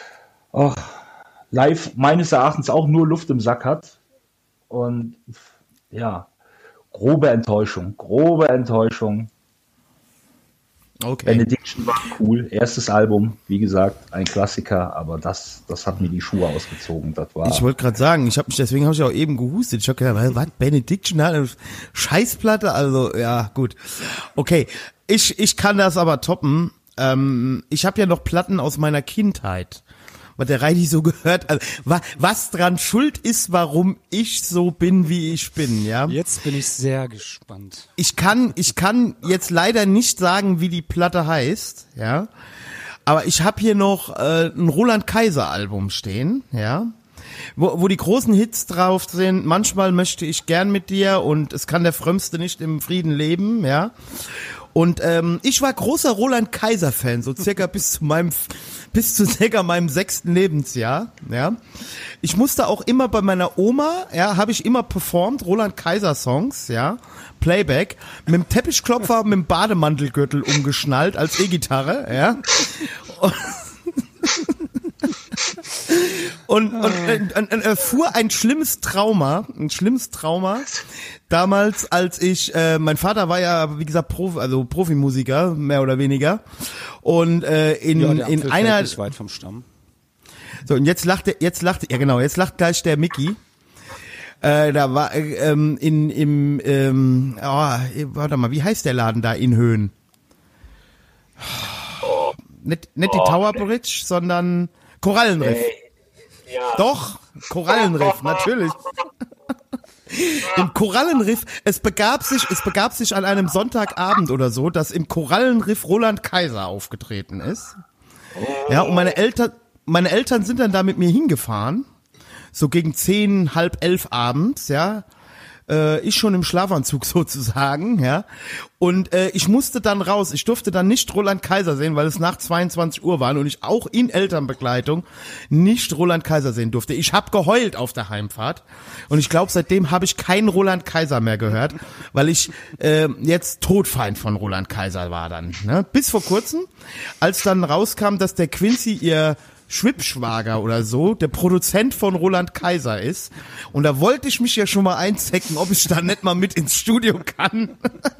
live meines Erachtens auch nur Luft im Sack hat und ja, grobe Enttäuschung. Okay. Benediction war cool, erstes Album, wie gesagt, ein Klassiker, aber das hat mir die Schuhe ausgezogen. Das war. Ich wollte gerade sagen, deswegen habe ich auch eben gehustet. Ich habe gedacht, was, Benediction hat eine Scheißplatte? Also, ja, gut. Okay, ich kann das aber toppen. Ich habe ja noch Platten aus meiner Kindheit, was der Reini so gehört, also, was dran schuld ist, warum ich so bin, wie ich bin, ja. Jetzt bin ich sehr gespannt. Ich kann jetzt leider nicht sagen, wie die Platte heißt, ja. Aber ich habe hier noch ein Roland Kaiser Album stehen, ja. Wo die großen Hits drauf sind, manchmal möchte ich gern mit dir und es kann der Frömmste nicht im Frieden leben, ja. Und ich war großer Roland Kaiser Fan, so circa bis zu circa meinem 6. Lebensjahr, ja. Ich musste auch immer bei meiner Oma, ja, habe ich immer performt, Roland Kaiser Songs, ja, Playback, mit dem Teppichklopfer, mit dem Bademantelgürtel umgeschnallt als E-Gitarre, ja. Und erfuhr ein schlimmes Trauma, damals, als ich, mein Vater war ja, wie gesagt, Profimusiker, mehr oder weniger, und in einer, nicht weit vom Stamm. So, und jetzt lacht gleich der Mickey. Da war warte mal, wie heißt der Laden da in Höhen? Nicht die Tower Bridge, sondern Korallenriff. Ja. Doch, Korallenriff, natürlich. Im Korallenriff, es begab sich an einem Sonntagabend oder so, dass im Korallenriff Roland Kaiser aufgetreten ist. Ja, und meine Eltern sind dann da mit mir hingefahren, so gegen 10, halb 11 abends, ja. Ich schon im Schlafanzug sozusagen, ja. Und ich musste dann raus. Ich durfte dann nicht Roland Kaiser sehen, weil es nach 22 Uhr war und ich auch in Elternbegleitung nicht Roland Kaiser sehen durfte. Ich habe geheult auf der Heimfahrt und ich glaube, seitdem habe ich keinen Roland Kaiser mehr gehört, weil ich jetzt Todfeind von Roland Kaiser war dann. Ne? Bis vor kurzem, als dann rauskam, dass der Quincy ihr Schwippschwager oder so, der Produzent von Roland Kaiser ist. Und da wollte ich mich ja schon mal einzecken, ob ich da nicht mal mit ins Studio kann.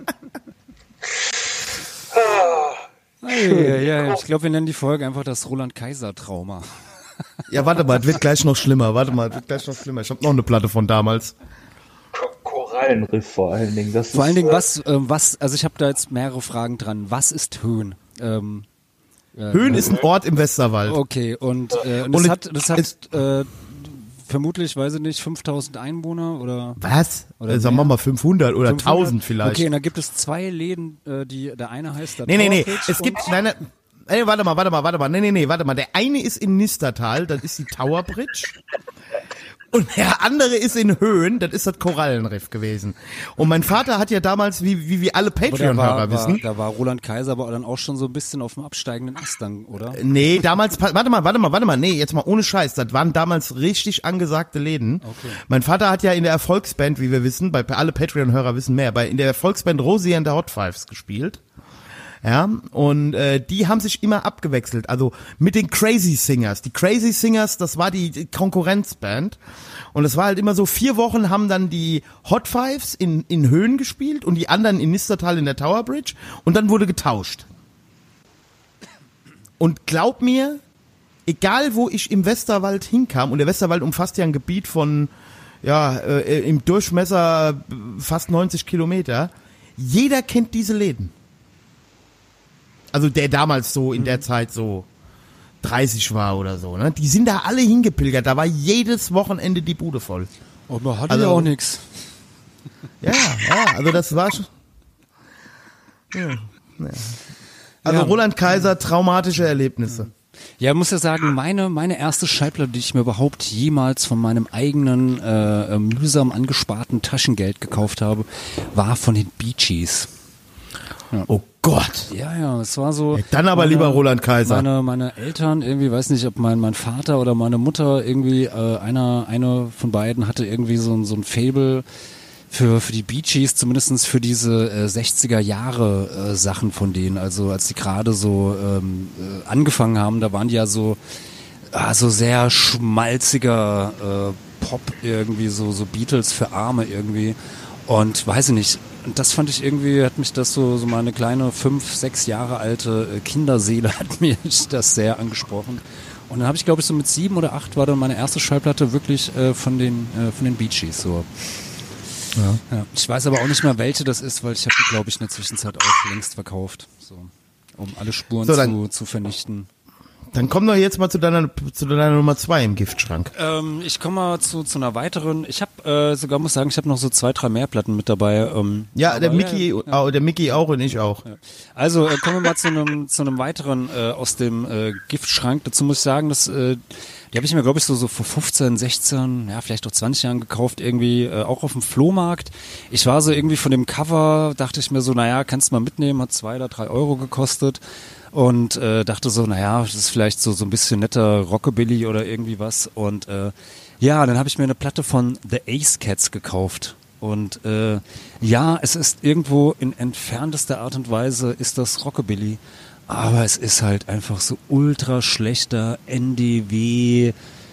Ja, ich glaube, wir nennen die Folge einfach das Roland Kaiser Trauma. Ja, warte mal, es wird gleich noch schlimmer. Ich habe noch eine Platte von damals. Korallenriff vor allen Dingen. Also ich habe da jetzt mehrere Fragen dran. Was ist Höhen? Höhen ist ein Ort im Westerwald. Okay, und das hat vermutlich, weiß ich nicht, 5000 Einwohner oder? Was? Oder sagen wir mal 500 oder 500? 1000 vielleicht. Okay, und da gibt es 2 Läden, der eine heißt Nee. Es gibt, warte mal. Der eine ist in Nistertal, das ist die Tower Bridge. Und der andere ist in Höhen, das ist das Korallenriff gewesen. Und mein Vater hat ja damals, wie alle Patreon-Hörer wissen. Da war Roland Kaiser aber dann auch schon so ein bisschen auf dem absteigenden Ast dann, oder? Nee, damals, warte mal, nee, jetzt mal ohne Scheiß, das waren damals richtig angesagte Läden. Okay. Mein Vater hat ja in der Erfolgsband, wie wir wissen, alle Patreon-Hörer wissen mehr, in der Erfolgsband Rosie and the Hot Fives gespielt. Ja, und die haben sich immer abgewechselt, also mit den Crazy Singers. Die Crazy Singers, das war die Konkurrenzband und es war halt immer so, 4 Wochen haben dann die Hot Fives in Höhen gespielt und die anderen in Nistertal in der Tower Bridge und dann wurde getauscht. Und glaub mir, egal wo ich im Westerwald hinkam, und der Westerwald umfasst ja ein Gebiet von, im Durchmesser fast 90 Kilometer, jeder kennt diese Läden. Also der damals so in der Zeit so 30 war oder so, ne? Die sind da alle hingepilgert, da war jedes Wochenende die Bude voll. Und man hatte ja auch nix. Ja, also das war schon. Ja. Also Roland Kaiser, traumatische Erlebnisse. Ja, ich muss ja sagen, meine erste Schallplatte, die ich mir überhaupt jemals von meinem eigenen mühsam angesparten Taschengeld gekauft habe, war von den Bee Gees. Ja. Oh Gott. Ja, es war so. Dann aber lieber Roland Kaiser. Meine Eltern irgendwie, weiß nicht, ob mein Vater oder meine Mutter irgendwie, eine von beiden hatte irgendwie so ein Faible für die Bee Gees, zumindestens für diese 60er Jahre Sachen von denen. Also als die gerade so angefangen haben, da waren die ja so sehr schmalziger Pop irgendwie, so Beatles für Arme irgendwie. Und weiß ich nicht, und das fand ich irgendwie, hat mich das so meine kleine 5, 6 Jahre alte Kinderseele hat mir das sehr angesprochen. Und dann habe ich, glaube ich, so mit 7 oder 8 war dann meine erste Schallplatte wirklich von den Bee Gees so. Ja. Ich weiß aber auch nicht mehr, welche das ist, weil ich habe die, glaube ich, in der Zwischenzeit auch längst verkauft, so, um alle Spuren zu vernichten. Dann komm doch jetzt mal zu deiner Nummer 2 im Giftschrank. Ich komme mal zu einer weiteren. Ich habe sogar, muss sagen, ich habe noch so 2, 3 mehr Platten mit dabei. Der Mickey auch und ich auch. Ja. Also kommen wir mal zu einem weiteren aus dem Giftschrank. Dazu muss ich sagen, dass die habe ich mir, glaube ich, so vor 15, 16, ja vielleicht auch 20 Jahren gekauft, irgendwie auch auf dem Flohmarkt. Ich war so irgendwie von dem Cover, dachte ich mir so, naja, kannst du mal mitnehmen, hat 2 oder 3 Euro gekostet. Und dachte so, naja, das ist vielleicht so ein bisschen netter Rockabilly oder irgendwie was. Und dann habe ich mir eine Platte von The Ace Cats gekauft. Und es ist irgendwo in entferntester Art und Weise ist das Rockabilly. Aber es ist halt einfach so ultra schlechter NDW,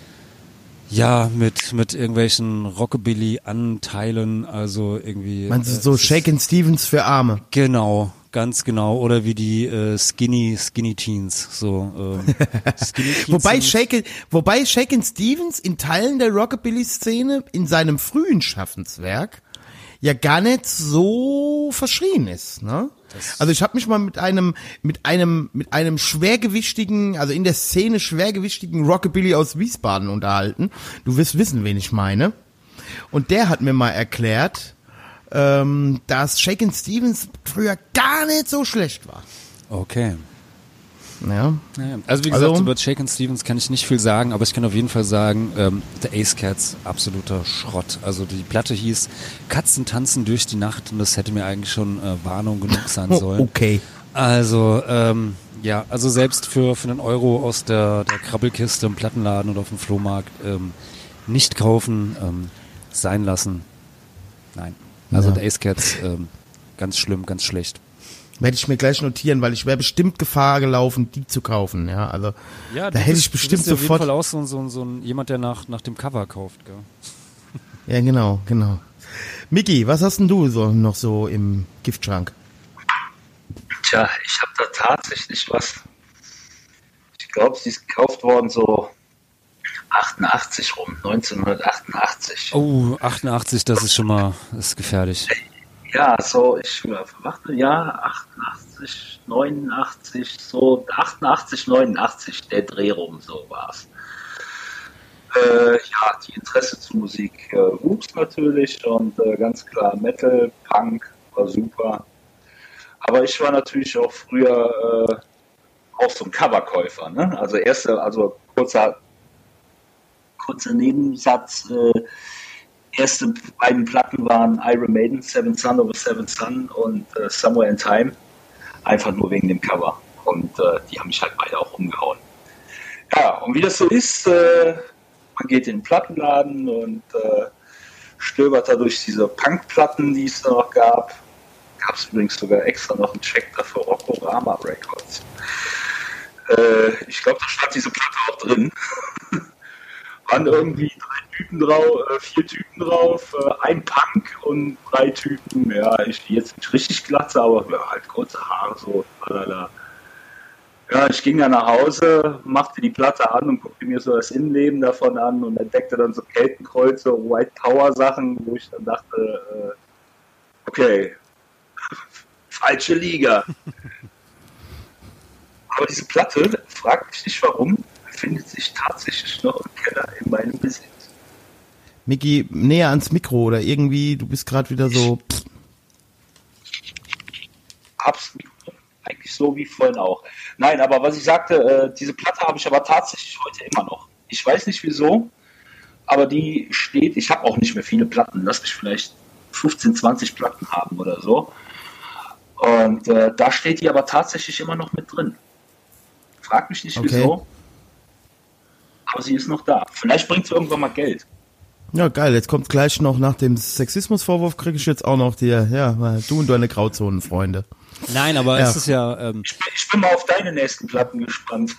ja, mit irgendwelchen Rockabilly-Anteilen, also irgendwie. Meinst du so Shakin' Stevens für Arme? Genau. Ganz genau, oder wie die Skinny Teens, so Skinny Teens. Wobei Shakin' Stevens in Teilen der Rockabilly-Szene in seinem frühen Schaffenswerk ja gar nicht so verschrien ist, ne? Also ich habe mich mal mit einem schwergewichtigen, also in der Szene schwergewichtigen Rockabilly aus Wiesbaden unterhalten. Du wirst wissen, wen ich meine. Und der hat mir mal erklärt, dass Shakin' Stevens früher gar nicht so schlecht war. Okay. Ja. Also wie gesagt, über Shakin' Stevens kann ich nicht viel sagen, aber ich kann auf jeden Fall sagen, The Ace Cats, absoluter Schrott. Also die Platte hieß Katzen tanzen durch die Nacht und das hätte mir eigentlich schon Warnung genug sein sollen. Okay. Also, also selbst für einen Euro aus der Krabbelkiste im Plattenladen oder auf dem Flohmarkt nicht kaufen, sein lassen. Nein. Also The Ace Cats, ganz schlimm, ganz schlecht. Werde ich mir gleich notieren, weil ich wäre bestimmt Gefahr gelaufen, die zu kaufen. Ja, also da hätte ich bestimmt sofort. Auf jeden Fall aus so ein jemand, der nach dem Cover kauft. Gell? Ja, genau. Micky, was hast denn du noch so im Giftschrank? Tja, ich habe da tatsächlich was. Ich glaube, sie ist gekauft worden so 1988. Oh, 88, das ist schon mal, das ist gefährlich. Ja, so, ich verwachte, ja, 88, 89, so 88, 89, der Dreh rum, so war's. Die Interesse zur Musik wuchs natürlich und ganz klar Metal, Punk war super. Aber ich war natürlich auch früher auch so ein Coverkäufer, ne? Also kurzer Nebensatz, erste beiden Platten waren Iron Maiden, Seventh Son of a Seventh Son und Somewhere in Time. Einfach nur wegen dem Cover. Und die haben mich halt beide auch umgehauen. Ja, und wie das so ist, man geht in den Plattenladen und stöbert da durch diese Punk-Platten, die es da noch gab. Gab es übrigens sogar extra noch einen Check dafür, Rockorama Records. Ich glaube, da stand diese Platte auch drin. Waren irgendwie 4 Typen drauf, ein Punk und 3 Typen, ja, ich jetzt nicht richtig glatze, aber ja, halt kurze Haare, so, lalala. Ja, ich ging dann nach Hause, machte die Platte an und guckte mir so das Innenleben davon an und entdeckte dann so Kettenkreuze, White Power Sachen, wo ich dann dachte, okay, falsche Liga. Aber diese Platte, frag mich nicht warum, befindet sich tatsächlich noch im Keller in meinem Besitz. Micky, näher ans Mikro oder irgendwie, du bist gerade wieder so. Hab's Mikro. wirklich so wie vorhin auch. Nein, aber was ich sagte, diese Platte habe ich aber tatsächlich heute immer noch. Ich weiß nicht wieso, aber die steht, ich habe auch nicht mehr viele Platten, lass mich vielleicht 15, 20 Platten haben oder so. Und da steht die aber tatsächlich immer noch mit drin. Frag mich nicht wieso, aber sie ist noch da. Vielleicht bringt sie irgendwann mal Geld. Ja, geil. Jetzt kommt gleich noch nach dem Sexismusvorwurf, kriege ich jetzt auch noch dir, du und deine Grauzonenfreunde. Nein, aber es ist ja... Ich bin mal auf deine nächsten Platten gespannt.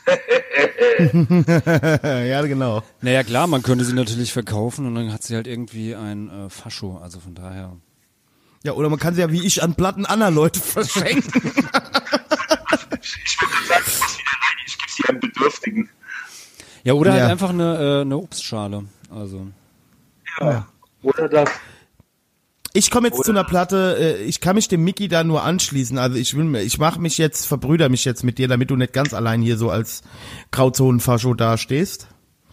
Ja, genau. Naja, klar, man könnte sie natürlich verkaufen und dann hat sie halt irgendwie ein Fascho, also von daher... Ja, oder man kann sie ja wie ich an Platten anderer Leute verschenken. Ich würde sagen, ich gebe sie einem Bedürftigen. Ja, oder halt einfach eine Obstschale, also... Ja, oder das... Ich komme jetzt zu einer Platte, ich kann mich dem Mickey da nur anschließen, also verbrüder mich jetzt mit dir, damit du nicht ganz allein hier so als Grauzonenfascho dastehst.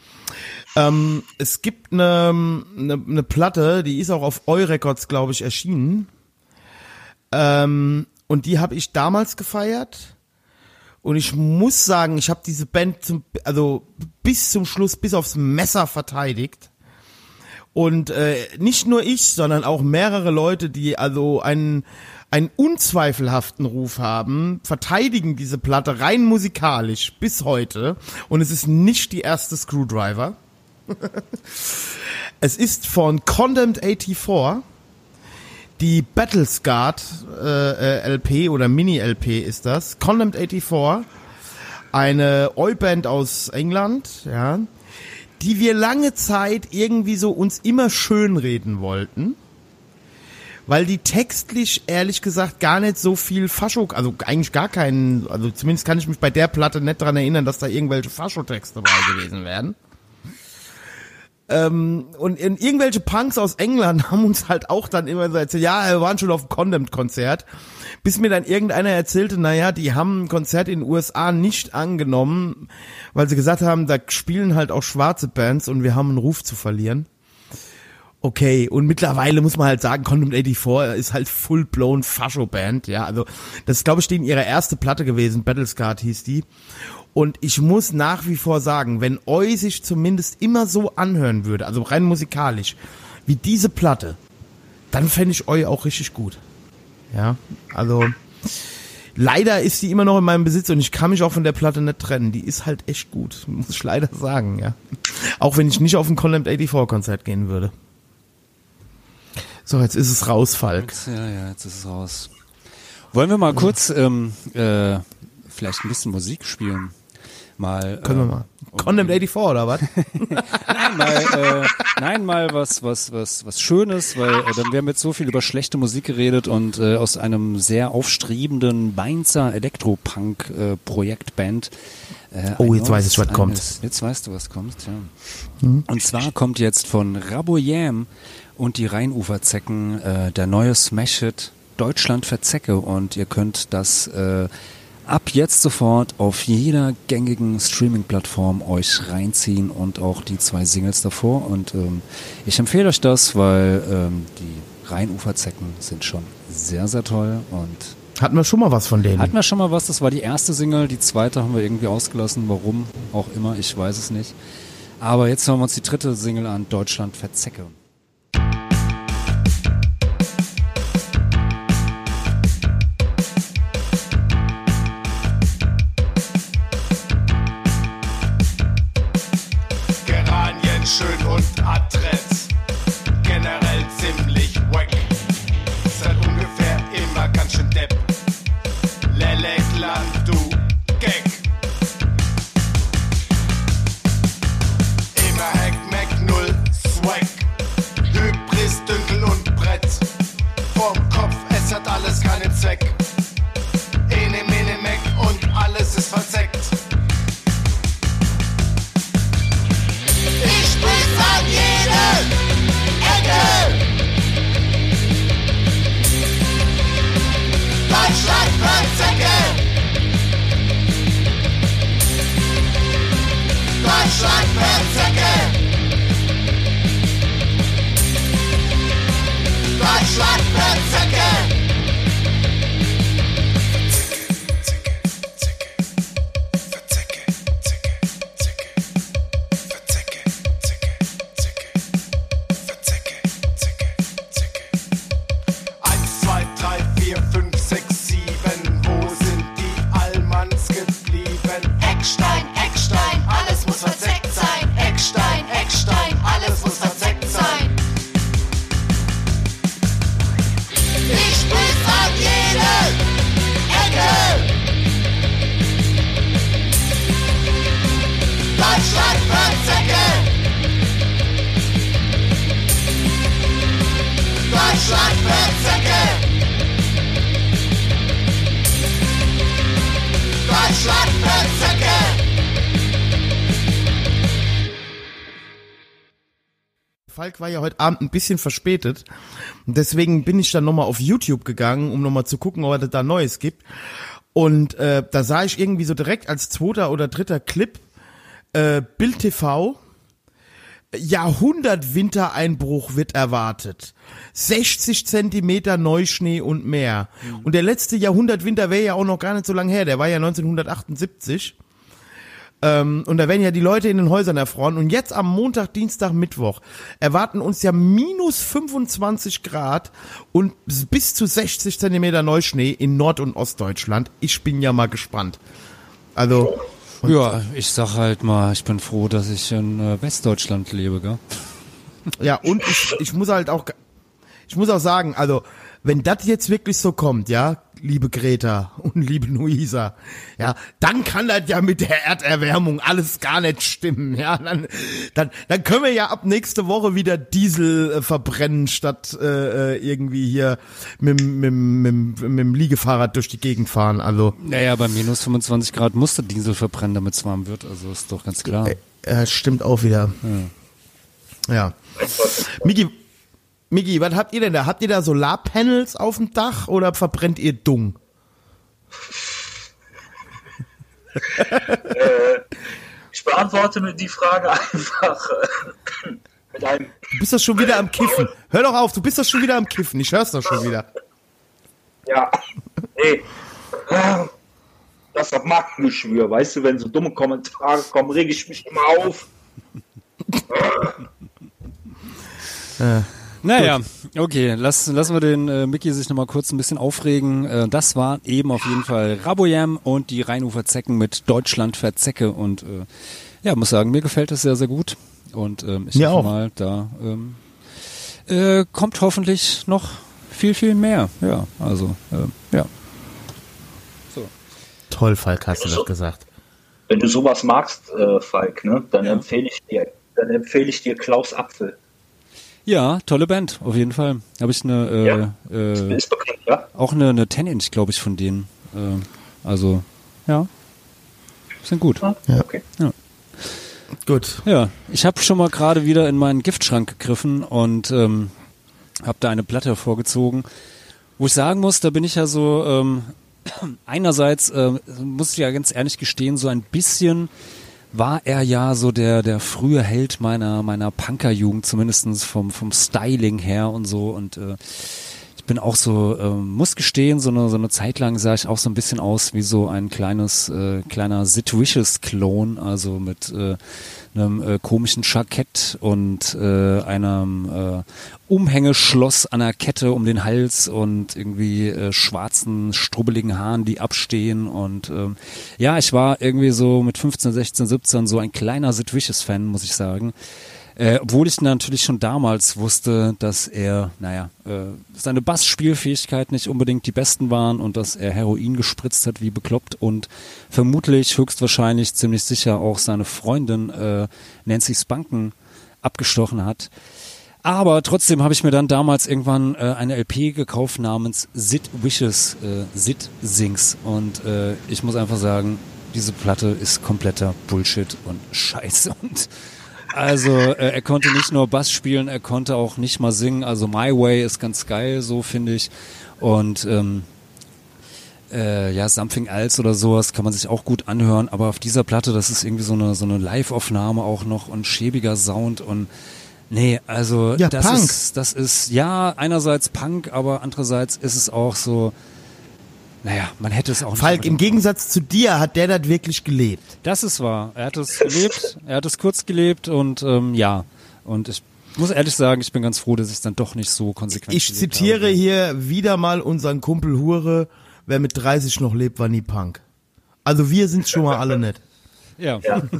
Es gibt eine Platte, die ist auch auf Eu-Records, glaube ich, erschienen. Und die habe ich damals gefeiert. Und ich muss sagen, ich habe diese Band bis zum Schluss, bis aufs Messer verteidigt. Und nicht nur ich, sondern auch mehrere Leute, die also einen unzweifelhaften Ruf haben, verteidigen diese Platte rein musikalisch bis heute. Und es ist nicht die erste Screwdriver. Es ist von Condemned 84, die Battlescarred LP oder Mini-LP ist das. Condemned 84, eine Oi-Band aus England, ja, die wir lange Zeit irgendwie so uns immer schönreden wollten, weil die textlich, ehrlich gesagt, gar nicht so viel Fascho, also eigentlich gar keinen, also zumindest kann ich mich bei der Platte nicht dran erinnern, dass da irgendwelche Fascho-Texte dabei gewesen wären. Und irgendwelche Punks aus England haben uns halt auch dann immer so erzählt, ja, wir waren schon auf dem Condemned-Konzert, bis mir dann irgendeiner erzählte, naja, die haben ein Konzert in den USA nicht angenommen, weil sie gesagt haben, da spielen halt auch schwarze Bands und wir haben einen Ruf zu verlieren. Okay, und mittlerweile muss man halt sagen, Condemned 84 ist halt full-blown Fascho-Band, ja, also das ist, glaube ich, ihre erste Platte gewesen, Battlescarred hieß die. Und ich muss nach wie vor sagen, wenn Eu sich zumindest immer so anhören würde, also rein musikalisch, wie diese Platte, dann fände ich Eu auch richtig gut. Ja, also leider ist die immer noch in meinem Besitz und ich kann mich auch von der Platte nicht trennen. Die ist halt echt gut, muss ich leider sagen, ja. Auch wenn ich nicht auf ein Condemned 84 Konzert gehen würde. So, jetzt ist es raus, Falk. Ja, jetzt ist es raus. Wollen wir mal kurz vielleicht ein bisschen Musik spielen? Können wir mal. Condemned 84 oder was? Nein, mal was Schönes, weil dann wir haben jetzt so viel über schlechte Musik geredet und aus einem sehr aufstrebenden Mainzer Elektropunk-Projektband. Jetzt weiß ich, was kommt. Jetzt weißt du, was kommt, ja. Und zwar kommt jetzt von Raboyam und die Rheinuferzecken der neue Smash-Hit Deutschland verzecke und ihr könnt das ab jetzt sofort auf jeder gängigen Streaming-Plattform euch reinziehen und auch die 2 Singles davor. Und ich empfehle euch das, weil die Rheinuferzecken sind schon sehr, sehr toll. Und hatten wir schon mal was von denen? Hatten wir schon mal was, das war die erste Single. Die zweite haben wir irgendwie ausgelassen. Warum auch immer, ich weiß es nicht. Aber jetzt hören wir uns die 3. Single an, Deutschland verzecke. Schön und adrett, generell ziemlich wack, seid ungefähr immer ganz schön depp, Lelekland, du Gag. Immer Hack, Mac, null Swag, Hybris, Dünkel und Brett, vom Kopf, es hat alles keinen Zweck, Ene, Mene, Mac und alles ist verzeckt. An jede Ecke Deutschland verzecke Deutschland verzecke Deutschland verzecke Deutschland wird Zecke. Deutschland wird Zecke. Falk war ja heute Abend ein bisschen verspätet und deswegen bin ich dann nochmal auf YouTube gegangen, um nochmal zu gucken, ob es da Neues gibt. Und da sah ich irgendwie so direkt als zweiter oder dritter Clip Bild TV, Jahrhundert-Wintereinbruch wird erwartet. 60 Zentimeter Neuschnee und mehr. Und der letzte Jahrhundert-Winter wäre ja auch noch gar nicht so lange her, der war ja 1978. Und da werden ja die Leute in den Häusern erfroren. Und jetzt am Montag, Dienstag, Mittwoch erwarten uns ja minus 25 Grad und bis zu 60 Zentimeter Neuschnee in Nord- und Ostdeutschland. Ich bin ja mal gespannt. Also... Ja, ich sag halt mal, ich bin froh, dass ich in Westdeutschland lebe, gell? Ja, und ich muss auch sagen, also, wenn das jetzt wirklich so kommt, ja, liebe Greta und liebe Luisa, ja, dann kann das ja mit der Erderwärmung alles gar nicht stimmen, ja, dann können wir ja ab nächste Woche wieder Diesel verbrennen, statt irgendwie hier mit dem Liegefahrrad durch die Gegend fahren, also. Naja, bei minus 25 Grad musste Diesel verbrennen, damit es warm wird, also ist doch ganz klar. Stimmt auch wieder. Ja. Miki, was habt ihr denn da? Habt ihr da Solarpanels auf dem Dach oder verbrennt ihr Dung? Ich beantworte mir die Frage einfach mit einem... Du bist doch schon wieder am Kiffen. Hör doch auf, du bist doch schon wieder am Kiffen. Ich hör's doch schon wieder. Ja, nee. Das ist doch Markengeschwür, weißt du, wenn so dumme Kommentare kommen, rege ich mich immer auf. Naja, okay, lassen wir den Micky sich nochmal kurz ein bisschen aufregen. Das war eben auf jeden Fall Raboyam und die Rheinufer Zecken mit Deutschland verzecke und ja, muss sagen, mir gefällt das sehr, sehr gut und ich hoffe mal, da kommt hoffentlich noch viel, viel mehr. Ja, also, ja. So. Toll, Falk, hast du das gesagt. Wenn du sowas magst, Falk, ne, dann empfehle ich dir Klaus Apfel. Ja, tolle Band, auf jeden Fall. Habe ich eine, ist bekannt, ja? Auch eine 10-Inch, glaube ich, von denen. Also, ja, sind gut. Ja. Okay. Ja. Gut. Ja, ich habe schon mal gerade wieder in meinen Giftschrank gegriffen und habe da eine Platte hervorgezogen, wo ich sagen muss, da bin ich ja so, einerseits muss ich ja ganz ehrlich gestehen, so ein bisschen war er ja so der frühe Held meiner Punkerjugend, zumindest vom Styling her und so. Und ich bin auch so, muss gestehen, so eine Zeit lang sah ich auch so ein bisschen aus wie so ein kleiner Sid Vicious-Klon, also mit einem komischen Jackett und einem Umhängeschloss an der Kette um den Hals und irgendwie schwarzen, strubbeligen Haaren, die abstehen und ja, ich war irgendwie so mit 15, 16, 17 so ein kleiner Sid Vicious-Fan, muss ich sagen. Obwohl ich natürlich schon damals wusste, dass er, seine Bassspielfähigkeiten nicht unbedingt die besten waren und dass er Heroin gespritzt hat wie bekloppt und vermutlich höchstwahrscheinlich ziemlich sicher auch seine Freundin Nancy Spunken abgestochen hat. Aber trotzdem habe ich mir dann damals irgendwann eine LP gekauft namens Sid Vicious, Sid Sings und ich muss einfach sagen, diese Platte ist kompletter Bullshit und Scheiße und also er konnte nicht nur Bass spielen, er konnte auch nicht mal singen. Also My Way ist ganz geil, so finde ich. Und Something Else oder sowas kann man sich auch gut anhören. Aber auf dieser Platte, das ist irgendwie so eine Live-Aufnahme auch noch und schäbiger Sound und nee, also ja, das ist ja einerseits Punk, aber andererseits ist es auch so. Naja, man hätte es auch nicht. Falk, im Gegensatz zu dir hat der das wirklich gelebt. Das ist wahr. Er hat es gelebt, er hat es kurz gelebt und ja. Und ich muss ehrlich sagen, ich bin ganz froh, dass ich es dann doch nicht so konsequent Ich zitiere hier wieder mal unseren Kumpel Hure, wer mit 30 noch lebt, war nie Punk. Also wir sind schon mal alle nett. Ja.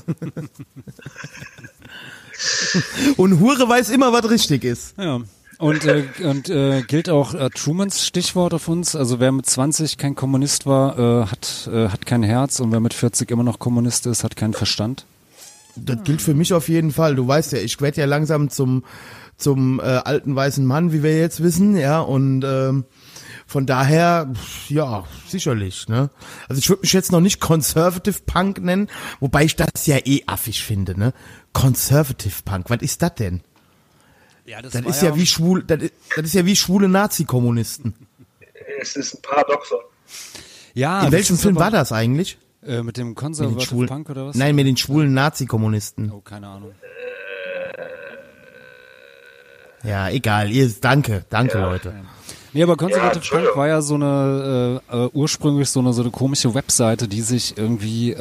Und Hure weiß immer, was richtig ist. Ja. Und gilt auch Trumans Stichwort auf uns. Also wer mit 20 kein Kommunist war, hat kein Herz und wer mit 40 immer noch Kommunist ist, hat keinen Verstand. Das gilt für mich auf jeden Fall. Du weißt ja, ich werde ja langsam zum zum alten weißen Mann, wie wir jetzt wissen, ja, und von daher, ja, sicherlich, ne? Also ich würde mich jetzt noch nicht Conservative Punk nennen, wobei ich das ja affig finde, ne? Conservative Punk, was ist das denn? Ja, das ist ja wie schwul, das ist ja wie schwule Nazi-Kommunisten. Es ist ein Paradoxon. Ja, in welchem Film war das eigentlich? Mit dem Conservative Punk oder was? Nein, mit den schwulen Nazi-Kommunisten. Oh, keine Ahnung. Ja, egal. Danke, Leute. Ja. Nee, aber Conservative Punk war ja so eine ursprünglich so eine komische Webseite, die sich irgendwie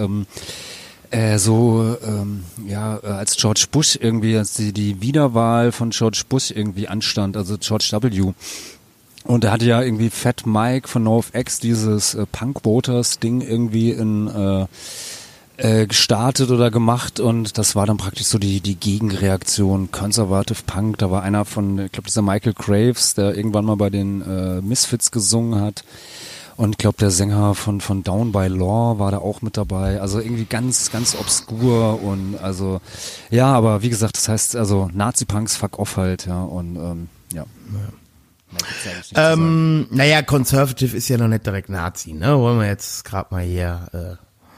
als George Bush irgendwie, als die Wiederwahl von George Bush irgendwie anstand, also George W. Und er hatte ja irgendwie Fat Mike von NoFX dieses Punk Voters Ding irgendwie gestartet oder gemacht, und das war dann praktisch so die Gegenreaktion, Conservative Punk. Da war einer von, ich glaube, dieser Michael Graves, der irgendwann mal bei den Misfits gesungen hat, und ich glaube, der Sänger von Down by Law war da auch mit dabei, also irgendwie ganz, ganz obskur, und also, ja, aber wie gesagt, das heißt, also Nazi-Punks fuck off halt, ja, und ja. Naja, Conservative ist ja noch nicht direkt Nazi, ne? Wollen wir jetzt gerade mal hier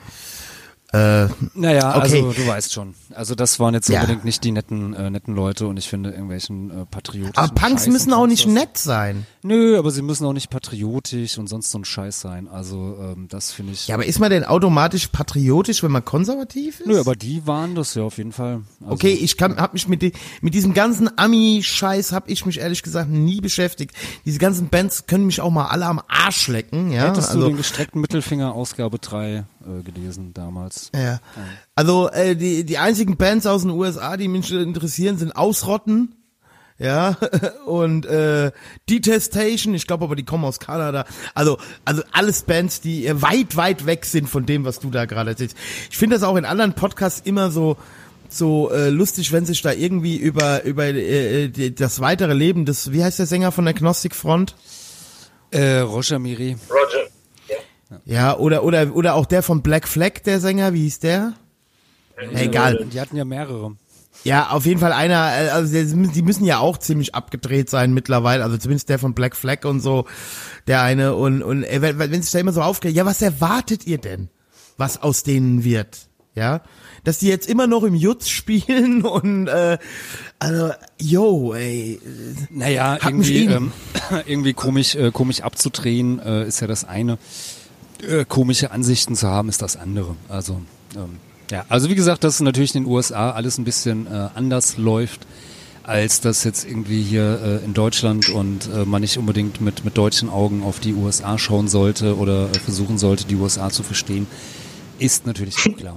naja, okay. Also du weißt schon. Also das waren jetzt unbedingt nicht die netten Leute, und ich finde irgendwelchen patriotischen Aber Punks Scheiß müssen auch nicht nett sein. Nö, aber sie müssen auch nicht patriotisch und sonst so ein Scheiß sein. Also das finde ich... Ja, aber ist man denn automatisch patriotisch, wenn man konservativ ist? Nö, aber die waren das ja auf jeden Fall. Also, okay, hab mich mit diesem ganzen Ami-Scheiß habe ich mich ehrlich gesagt nie beschäftigt. Diese ganzen Bands können mich auch mal alle am Arsch lecken. Ja? Hättest du den gestreckten Mittelfinger Ausgabe 3 gelesen damals. Ja. Also die einzigen Bands aus den USA, die mich interessieren, sind Ausrotten, ja, und Detestation, ich glaube aber, die kommen aus Kanada. Also alles Bands, die weit, weit weg sind von dem, was du da gerade erzählst. Ich finde das auch in anderen Podcasts immer so lustig, wenn sich da irgendwie über das weitere Leben des, wie heißt der Sänger von der Gnostic Front? Roger Miri. Roger. Ja, oder auch der von Black Flag, der Sänger, wie hieß der? Egal. Die hatten ja mehrere. Ja, auf jeden Fall einer, also die müssen ja auch ziemlich abgedreht sein mittlerweile, also zumindest der von Black Flag und so, der eine, und wenn sich da immer so aufgeregt, ja, was erwartet ihr denn, was aus denen wird, ja? Dass die jetzt immer noch im Jutz spielen und, also, ey. Naja, irgendwie komisch abzudrehen, ist ja das eine. Komische Ansichten zu haben, ist das andere. Also, ja, also wie gesagt, dass natürlich in den USA alles ein bisschen anders läuft, als das jetzt irgendwie hier in Deutschland, und man nicht unbedingt mit deutschen Augen auf die USA schauen sollte oder versuchen sollte, die USA zu verstehen, ist natürlich auch klar.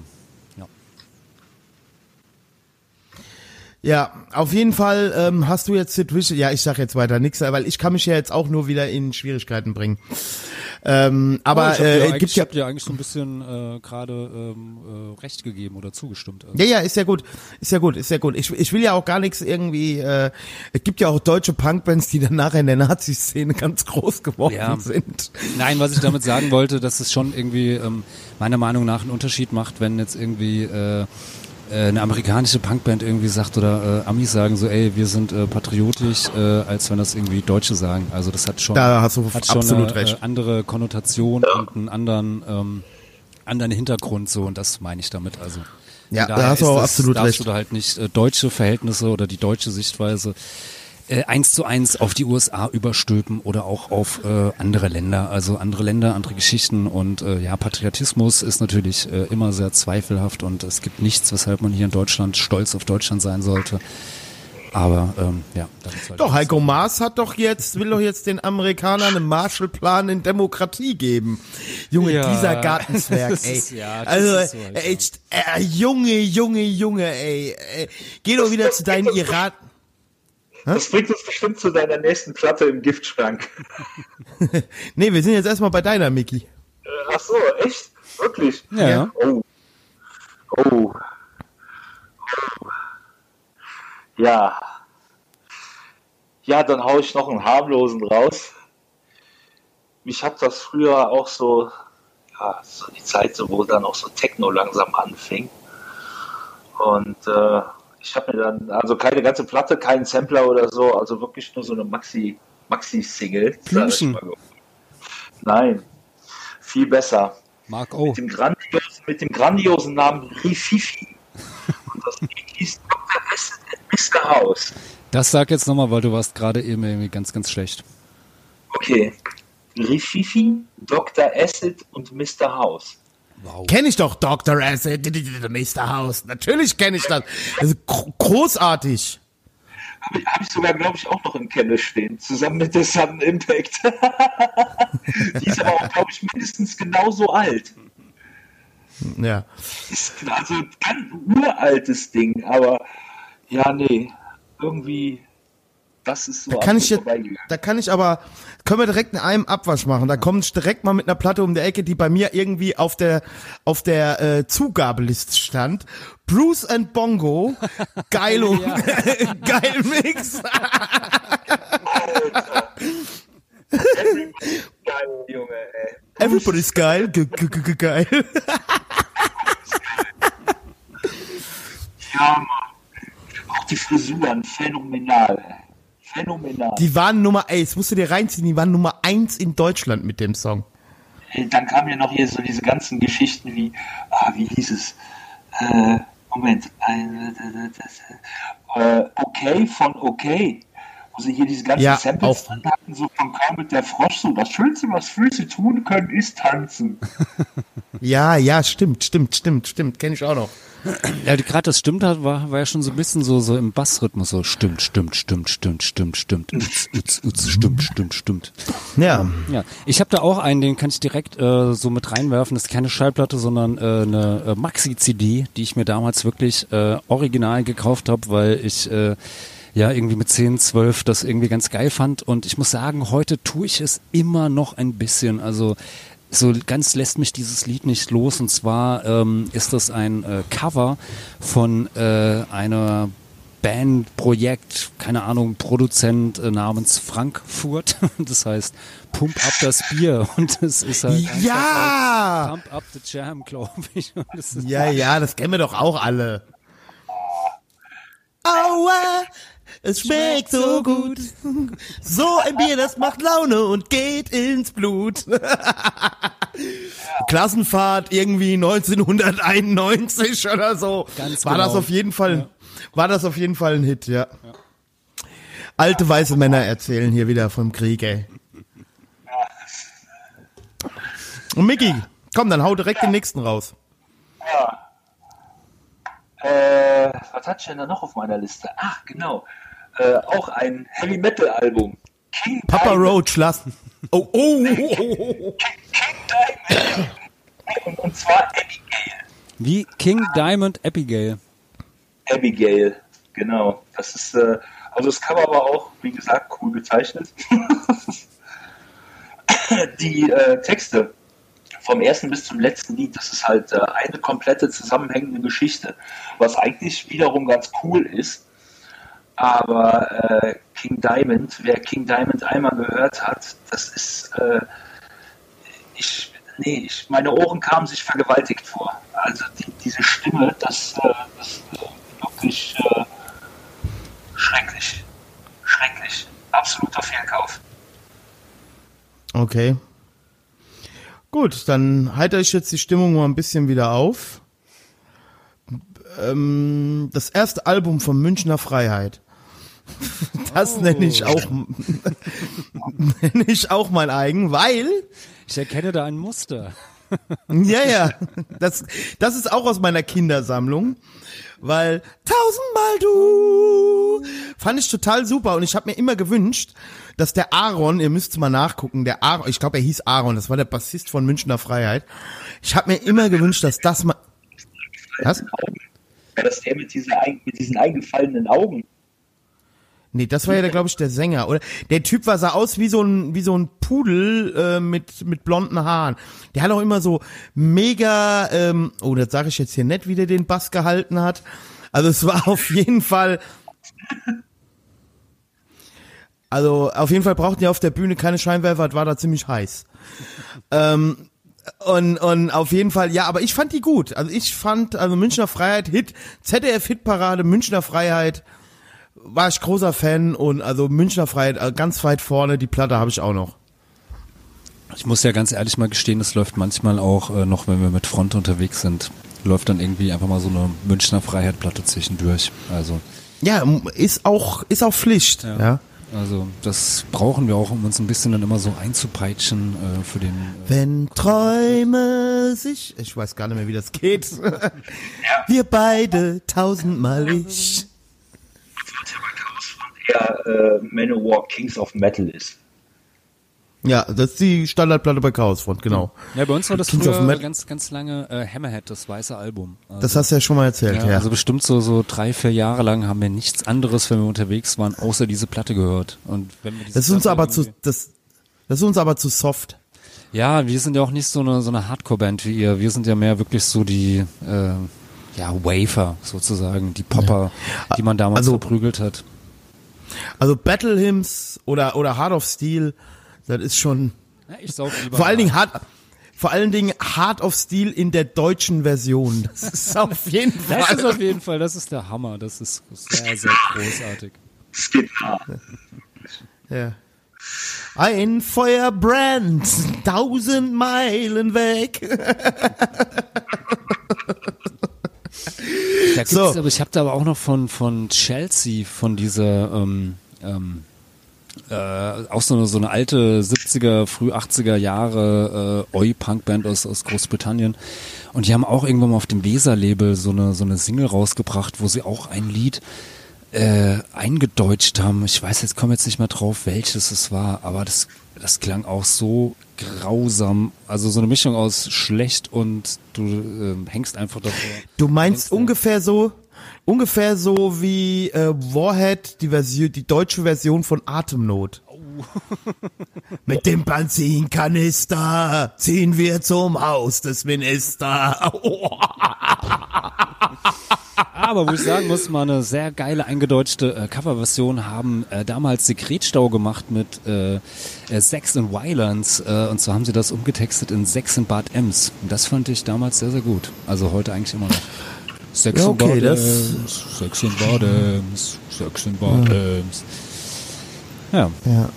Ja, auf jeden Fall hast du jetzt Sid Vicious, ja, ich sag jetzt weiter nichts, weil ich kann mich ja jetzt auch nur wieder in Schwierigkeiten bringen. Aber ich hab dir eigentlich so ein bisschen gerade recht gegeben oder zugestimmt. Also. Ja, ist ja gut. Ich will ja auch gar nichts irgendwie, es gibt ja auch deutsche Punkbands, die dann nachher in der Nazi-Szene ganz groß geworden sind. Nein, was ich damit sagen wollte, dass es schon irgendwie meiner Meinung nach einen Unterschied macht, wenn jetzt irgendwie eine amerikanische Punkband irgendwie sagt, oder Amis sagen so, ey, wir sind patriotisch, als wenn das irgendwie Deutsche sagen. Also das hat schon, da hast du absolut recht. Andere Konnotation und einen anderen Hintergrund, so, und das meine ich damit. Also ja, da hast du auch absolut recht. Darfst du da halt nicht deutsche Verhältnisse oder die deutsche Sichtweise 1:1 auf die USA überstülpen oder auch auf andere Länder, also andere Länder, andere Geschichten, und Patriotismus ist natürlich immer sehr zweifelhaft, und es gibt nichts, weshalb man hier in Deutschland stolz auf Deutschland sein sollte. Aber das ist halt doch, Heiko Maas will doch jetzt den Amerikanern einen Marshallplan in Demokratie geben. Junge, dieser Gartenzwerg, ey. Junge, ey. Geh doch wieder zu deinen Iran. Das bringt uns bestimmt zu deiner nächsten Platte im Giftschrank. Nee, wir sind jetzt erstmal bei deiner, Micky. Ach so, echt? Wirklich? Ja. Oh. Ja. Ja, dann hau ich noch einen harmlosen raus. Mich hat das früher auch so die Zeit, wo dann auch so Techno langsam anfing. Und Ich habe mir dann, also keine ganze Platte, keinen Sampler oder so, also wirklich nur so eine Maxi-Single. Nein, viel besser. Mark O. Mit dem grandiosen Namen Rififi. Und das Lied hieß Dr. Acid and Mr. House. Das sag jetzt nochmal, weil du warst gerade eben irgendwie ganz, ganz schlecht. Okay. Rififi, Dr. Acid und Mr. House. Wow. Kenn ich doch, Dr. Acid, Mr. House. Natürlich kenne ich das. Das ist großartig. Habe ich sogar, glaube ich, auch noch im Keller stehen, zusammen mit der Sudden Impact. Die ist aber auch, glaube ich, mindestens genauso alt. Ja. Ist also ein uraltes Ding, aber ja, nee, irgendwie, das ist so Können wir direkt in einem Abwasch machen. Da komme ich direkt mal mit einer Platte um die Ecke, die bei mir irgendwie auf der Zugabeliste stand. Bruce and Bongo, geil geil Mix. geil, Junge, ey. Everybody's geil, geil. Ja, Mann. Auch die Frisuren, phänomenal, ey. Phänomenal. Die waren jetzt musst du dir reinziehen, die waren Nummer 1 in Deutschland mit dem Song. Dann kamen ja noch hier so diese ganzen Geschichten wie hieß es? Moment. Okay von Okay. Wo sie hier diese ganzen Samples drin hatten, so von Kermit der Frosch, so das Schönste, was Füße tun können, ist tanzen. Ja, stimmt. Kenn ich auch noch. Ja, gerade das stimmt war ja schon so ein bisschen so im Bassrhythmus so stimmt. Stimmt. Ja. Ja, ich habe da auch einen, den kann ich direkt so mit reinwerfen. Das ist keine Schallplatte, sondern eine Maxi-CD, die ich mir damals wirklich original gekauft habe, weil ich irgendwie mit 10, 12 das irgendwie ganz geil fand. Und ich muss sagen, heute tue ich es immer noch ein bisschen. Also so ganz lässt mich dieses Lied nicht los. Und zwar ist das ein Cover von einer Bandprojekt, keine Ahnung, Produzent namens Frankfurt. Das heißt Pump Up das Bier. Und das ist halt Pump Up the Jam, glaube ich. Und das ist das kennen wir doch auch alle. Aua, es schmeckt so gut. So ein Bier, das macht Laune und geht ins Blut. Klassenfahrt irgendwie 1991 oder so. Ganz war genau. das auf jeden Fall ein Hit, ja. Alte weiße Männer erzählen hier wieder vom Krieg, ey. Und Micky, komm, dann hau direkt den nächsten raus. Ja. Was hatte ich denn da noch auf meiner Liste? Ach, genau. Auch ein Heavy Metal Album. King Papa Diamond. Roach lassen. Oh. King Diamond. Und zwar Abigail. wie King Diamond Abigail. Abigail, genau. Das ist, also das Cover war auch, wie gesagt, cool gezeichnet. Die Texte vom ersten bis zum letzten Lied, das ist halt eine komplette zusammenhängende Geschichte, was eigentlich wiederum ganz cool ist. Aber King Diamond, wer King Diamond einmal gehört hat, das ist, meine Ohren kamen sich vergewaltigt vor. Also diese Stimme, das ist wirklich schrecklich. Schrecklich. Absoluter Fehlkauf. Okay. Gut, dann heitere ich jetzt die Stimmung mal ein bisschen wieder auf. Das erste Album von Münchner Freiheit. Das nenne ich auch mein eigen, weil... Ich erkenne da ein Muster. Ja, das ist auch aus meiner Kindersammlung, weil 1000-mal du fand ich total super und ich habe mir immer gewünscht, dass der Aaron, ihr müsst mal nachgucken, der Aaron, ich glaube er hieß Aaron, das war der Bassist von Münchner Freiheit. Ich habe mir immer gewünscht, dass das mal... Was? War das der mit diesen eingefallenen Augen? Nee, das war ja, glaube ich, der Sänger, oder? Der Typ sah aus wie so ein Pudel mit blonden Haaren. Der hat auch immer so mega, das sage ich jetzt hier nicht, wie der den Bass gehalten hat. Also es war auf jeden Fall, brauchten die auf der Bühne keine Scheinwerfer, es war da ziemlich heiß. Und auf jeden Fall, ja, aber ich fand die gut. Also Münchner Freiheit, Hit, ZDF-Hitparade, Münchner Freiheit, war ich großer Fan und also Münchner Freiheit ganz weit vorne, die Platte habe ich auch noch. Ich muss ja ganz ehrlich mal gestehen, es läuft manchmal auch noch, wenn wir mit Front unterwegs sind, läuft dann irgendwie einfach mal so eine Münchner Freiheit-Platte zwischendurch. Also ja, ist auch Pflicht, ja. Also das brauchen wir auch, um uns ein bisschen dann immer so einzupeitschen für den... Wenn Träume sich... Ich weiß gar nicht mehr, wie das geht. Wir beide, tausendmal ich. Der Manowar Kings of Metal ist. Ja, das ist die Standardplatte bei Chaosfront, genau. Ja, bei uns war das Kings of früher Metal. ganz lange Hammerhead, das weiße Album. Also, Das hast du ja schon mal erzählt, ja. Also bestimmt so 3-4 Jahre lang haben wir nichts anderes, wenn wir unterwegs waren, außer diese Platte gehört. Und wenn wir diese Das ist uns Platte aber das ist uns aber zu soft. Ja, wir sind ja auch nicht so eine Hardcore-Band wie ihr. Wir sind ja mehr wirklich so die Wafer sozusagen, die Popper, die man damals verprügelt hat. Also Battle Hymns oder Heart of Steel, das ist schon Ja, ich sauf lieber vor allen Dingen Heart of Steel in der deutschen Version. Das ist auf jeden Fall. Das ist auf jeden Fall, das ist der Hammer. Das ist sehr, sehr großartig. Ja. Ein Feuer brennt 1000 Meilen weg. Da gibt's, aber ich habe da aber auch noch von Chelsea, von dieser auch so eine alte 70er, früh 80er Jahre Oi-Punk-Band aus Großbritannien. Und die haben auch irgendwann mal auf dem Weser-Label so eine Single rausgebracht, wo sie auch ein Lied eingedeutscht haben. Ich weiß jetzt, komme jetzt nicht mehr drauf, welches es war, aber das klang auch so grausam. Also so eine Mischung aus schlecht und du hängst einfach davor. Du meinst ungefähr so wie Warhead, die deutsche Version von Atemnot. Mit dem Benzinkanister ziehen wir zum Haus des Ministers. Aber wo ich sagen muss, mal eine sehr geile eingedeutschte Coverversion haben damals Sekretstau gemacht mit Sex and Violence und so haben sie das umgetextet in Sex in Bad Ems. Und das fand ich damals sehr, sehr gut. Also heute eigentlich immer noch. Sex in Bad Ems, Sex in Bad Ems, Sex in Bad Ems. Ja.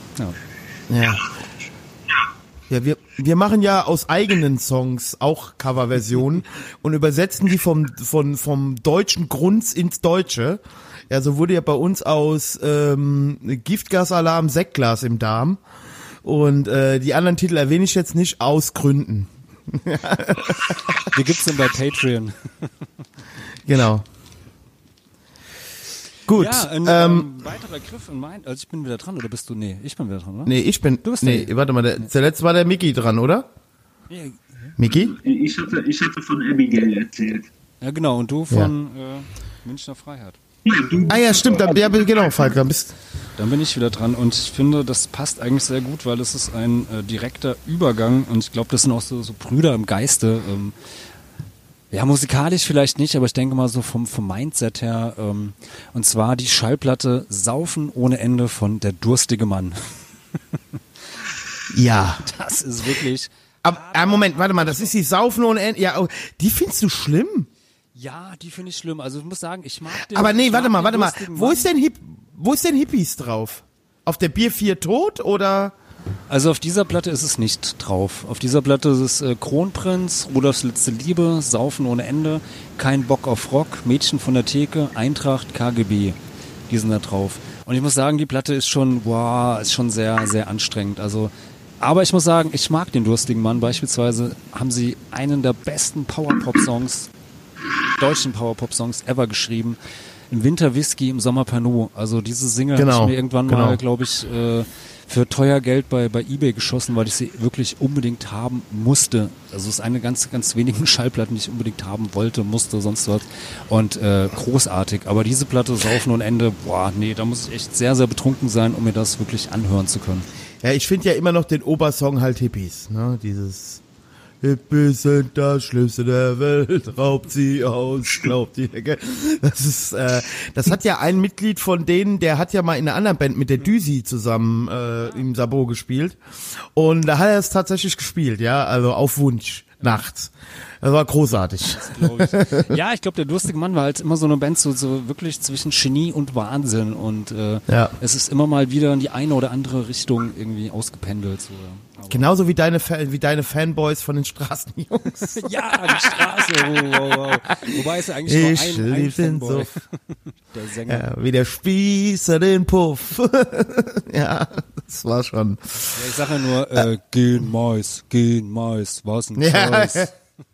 Ja, wir machen ja aus eigenen Songs auch Coverversionen und übersetzen die vom deutschen Grunz ins Deutsche. Ja, so wurde ja bei uns aus Giftgasalarm Sektglas im Darm und die anderen Titel erwähne ich jetzt nicht aus Gründen. Wie gibt's denn bei Patreon? Genau. Gut. Ja, ein weiterer Griff in mein. Also ich bin wieder dran, oder bist du? Nee, ich bin wieder dran, oder? Nee, ich bin. Du bist warte mal, der letzte war der Mickey dran, oder? Ja. Mickey? Ich hatte von Abigail erzählt. Ja, genau, und du von Münchner Freiheit. Ja, stimmt, genau, Falk, dann bin ich wieder dran und ich finde, das passt eigentlich sehr gut, weil es ist ein direkter Übergang und ich glaube, das sind auch so Brüder im Geiste. Ja, musikalisch vielleicht nicht, aber ich denke mal so vom Mindset her. Und zwar die Schallplatte Saufen ohne Ende von Der durstige Mann. Ja. Das ist wirklich... Aber Moment, warte mal, das ist die Saufen ohne Ende. Ja, die findest du schlimm? Ja, die finde ich schlimm. Also ich muss sagen, ich mag den. Aber nee, warte mal. Wo ist denn denn Hippies drauf? Auf der Bier 4 tot oder? Also auf dieser Platte ist es nicht drauf. Auf dieser Platte ist es Kronprinz, Rudolfs letzte Liebe, Saufen ohne Ende, Kein Bock auf Rock, Mädchen von der Theke, Eintracht, KGB. Die sind da drauf. Und ich muss sagen, die Platte ist schon sehr, sehr anstrengend. Also, aber ich muss sagen, ich mag den durstigen Mann. Beispielsweise haben sie einen der besten Power-Pop-Songs, deutschen Power-Pop-Songs ever geschrieben. Im Winter Whisky, im Sommer Pernod. Also diese Single habe ich mir irgendwann mal, glaube ich, für teuer Geld bei eBay geschossen, weil ich sie wirklich unbedingt haben musste. Also es ist eine ganz, ganz wenigen Schallplatten, die ich unbedingt haben wollte, musste, sonst was. Und großartig. Aber diese Platte, Saufen und Ende, boah, nee, da muss ich echt sehr, sehr betrunken sein, um mir das wirklich anhören zu können. Ja, ich finde ja immer noch den Obersong halt Hippies, ne? Hippies sind das Schlimmste der Welt, raubt sie aus, glaubt ihr. Das hat ja ein Mitglied von denen, der hat ja mal in einer anderen Band mit der Düsi zusammen im Sabot gespielt. Und da hat er es tatsächlich gespielt, ja, also auf Wunsch, nachts. Das war großartig. Das ich. Ja, ich glaube, der Durstige Mann war halt immer so eine Band, so wirklich zwischen Genie und Wahnsinn. Und es ist immer mal wieder in die eine oder andere Richtung irgendwie ausgependelt. So. Genauso wie deine Fanboys von den Straßenjungs. Ja, die Straße. Wow. Wobei es ja eigentlich nur ein Fanboy. Der Sänger. Ja, wie der Spießer den Puff. Ja, das war schon. Ja, ich sage ja nur, gehen Mais, was ein Scheiß.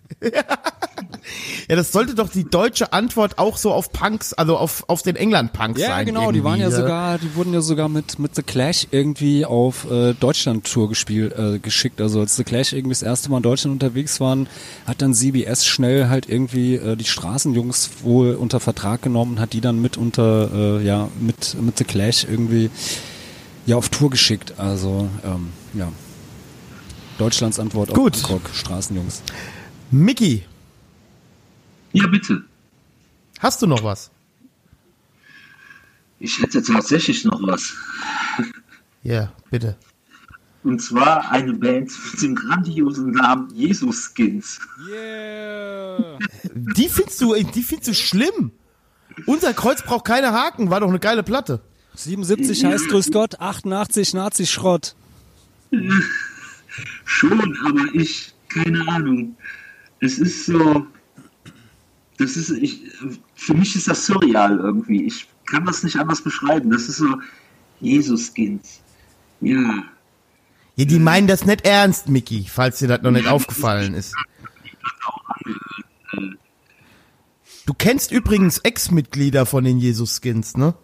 Ja, das sollte doch die deutsche Antwort auch so auf Punks, also auf den England-Punks sein. Ja, genau, die wurden ja sogar mit The Clash irgendwie auf Deutschland-Tour geschickt. Also als The Clash irgendwie das erste Mal in Deutschland unterwegs waren, hat dann CBS schnell halt irgendwie die Straßenjungs wohl unter Vertrag genommen, hat die dann mit The Clash irgendwie auf Tour geschickt. Also, Deutschlands Antwort auf Punkrock, Straßenjungs. Micky. Ja, bitte. Hast du noch was? Ich hätte tatsächlich noch was. Ja, bitte. Und zwar eine Band mit dem grandiosen Namen Jesus Skins. Yeah! Die findest du schlimm. Unser Kreuz braucht keine Haken, war doch eine geile Platte. 77 heißt Grüß Gott, 88 Nazi-Schrott. Schon, aber keine Ahnung. Es ist so, für mich ist das surreal irgendwie. Ich kann das nicht anders beschreiben. Das ist so, Jesus-Skins. Ja. Ja, die meinen das nicht ernst, Micky, falls dir das noch nicht aufgefallen ist. Du kennst übrigens Ex-Mitglieder von den Jesus-Skins, ne?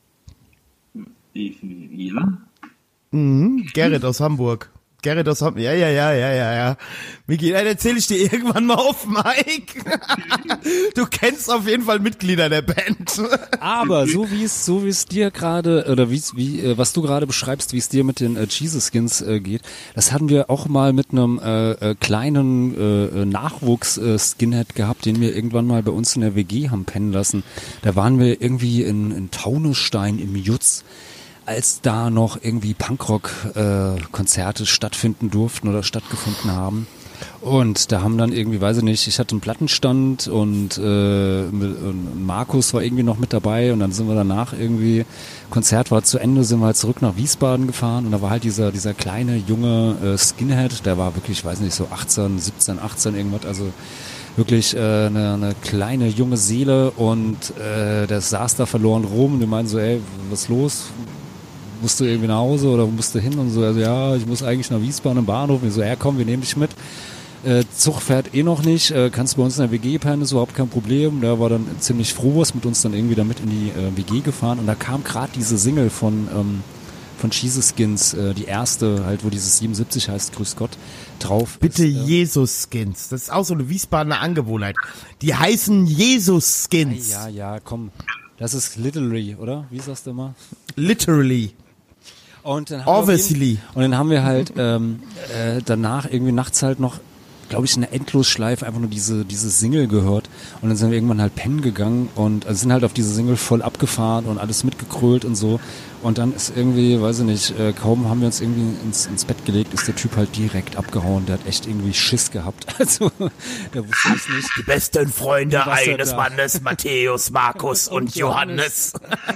Ja. Gerrit aus Hamburg. Ja. Micky, dann erzähle ich dir irgendwann mal auf Mike. Du kennst auf jeden Fall Mitglieder der Band. Aber so wie es dir gerade, oder was du gerade beschreibst, wie es dir mit den Jesus Skins geht, das hatten wir auch mal mit einem kleinen Nachwuchs-Skinhead gehabt, den wir irgendwann mal bei uns in der WG haben pennen lassen. Da waren wir irgendwie in Taunusstein im Jutz, als da noch irgendwie Punkrock-Konzerte stattfinden durften oder stattgefunden haben. Und da haben dann irgendwie, weiß ich nicht, ich hatte einen Plattenstand und Markus war irgendwie noch mit dabei und dann sind wir danach irgendwie, Konzert war zu Ende, sind wir halt zurück nach Wiesbaden gefahren und da war halt dieser kleine, junge Skinhead, der war wirklich, weiß nicht, so 18, 17, 18 irgendwas, also wirklich eine kleine, junge Seele und der saß da verloren rum und die meinten so, ey, was ist los? Musst du irgendwie nach Hause oder musst du hin und so, also ja, ich muss eigentlich nach Wiesbaden im Bahnhof. Und ich so, ja komm, wir nehmen dich mit. Zug fährt eh noch nicht, kannst bei uns in der WG pennen, ist überhaupt kein Problem. Der war dann ziemlich froh, ist mit uns dann irgendwie damit in die WG gefahren und da kam gerade diese Single von Jesus Skins, die erste halt, wo dieses 77 heißt, Grüß Gott, drauf Bitte ist. Jesus Skins, das ist auch so eine Wiesbadener Angewohnheit. Die heißen Jesus Skins. Ja, komm. Das ist literally, oder? Wie sagst du immer? Literally. Und dann Obviously. Dann haben wir halt danach irgendwie nachts halt noch, glaube ich, in der Endlosschleife einfach nur diese Single gehört. Und dann sind wir irgendwann halt pennen gegangen und sind halt auf diese Single voll abgefahren und alles mitgekrölt und so. Und dann ist irgendwie, weiß ich nicht, kaum haben wir uns irgendwie ins Bett gelegt, ist der Typ halt direkt abgehauen. Der hat echt irgendwie Schiss gehabt. Also, der wusste es nicht. Die besten Freunde eines Mannes, Matthäus, Markus und Johannes.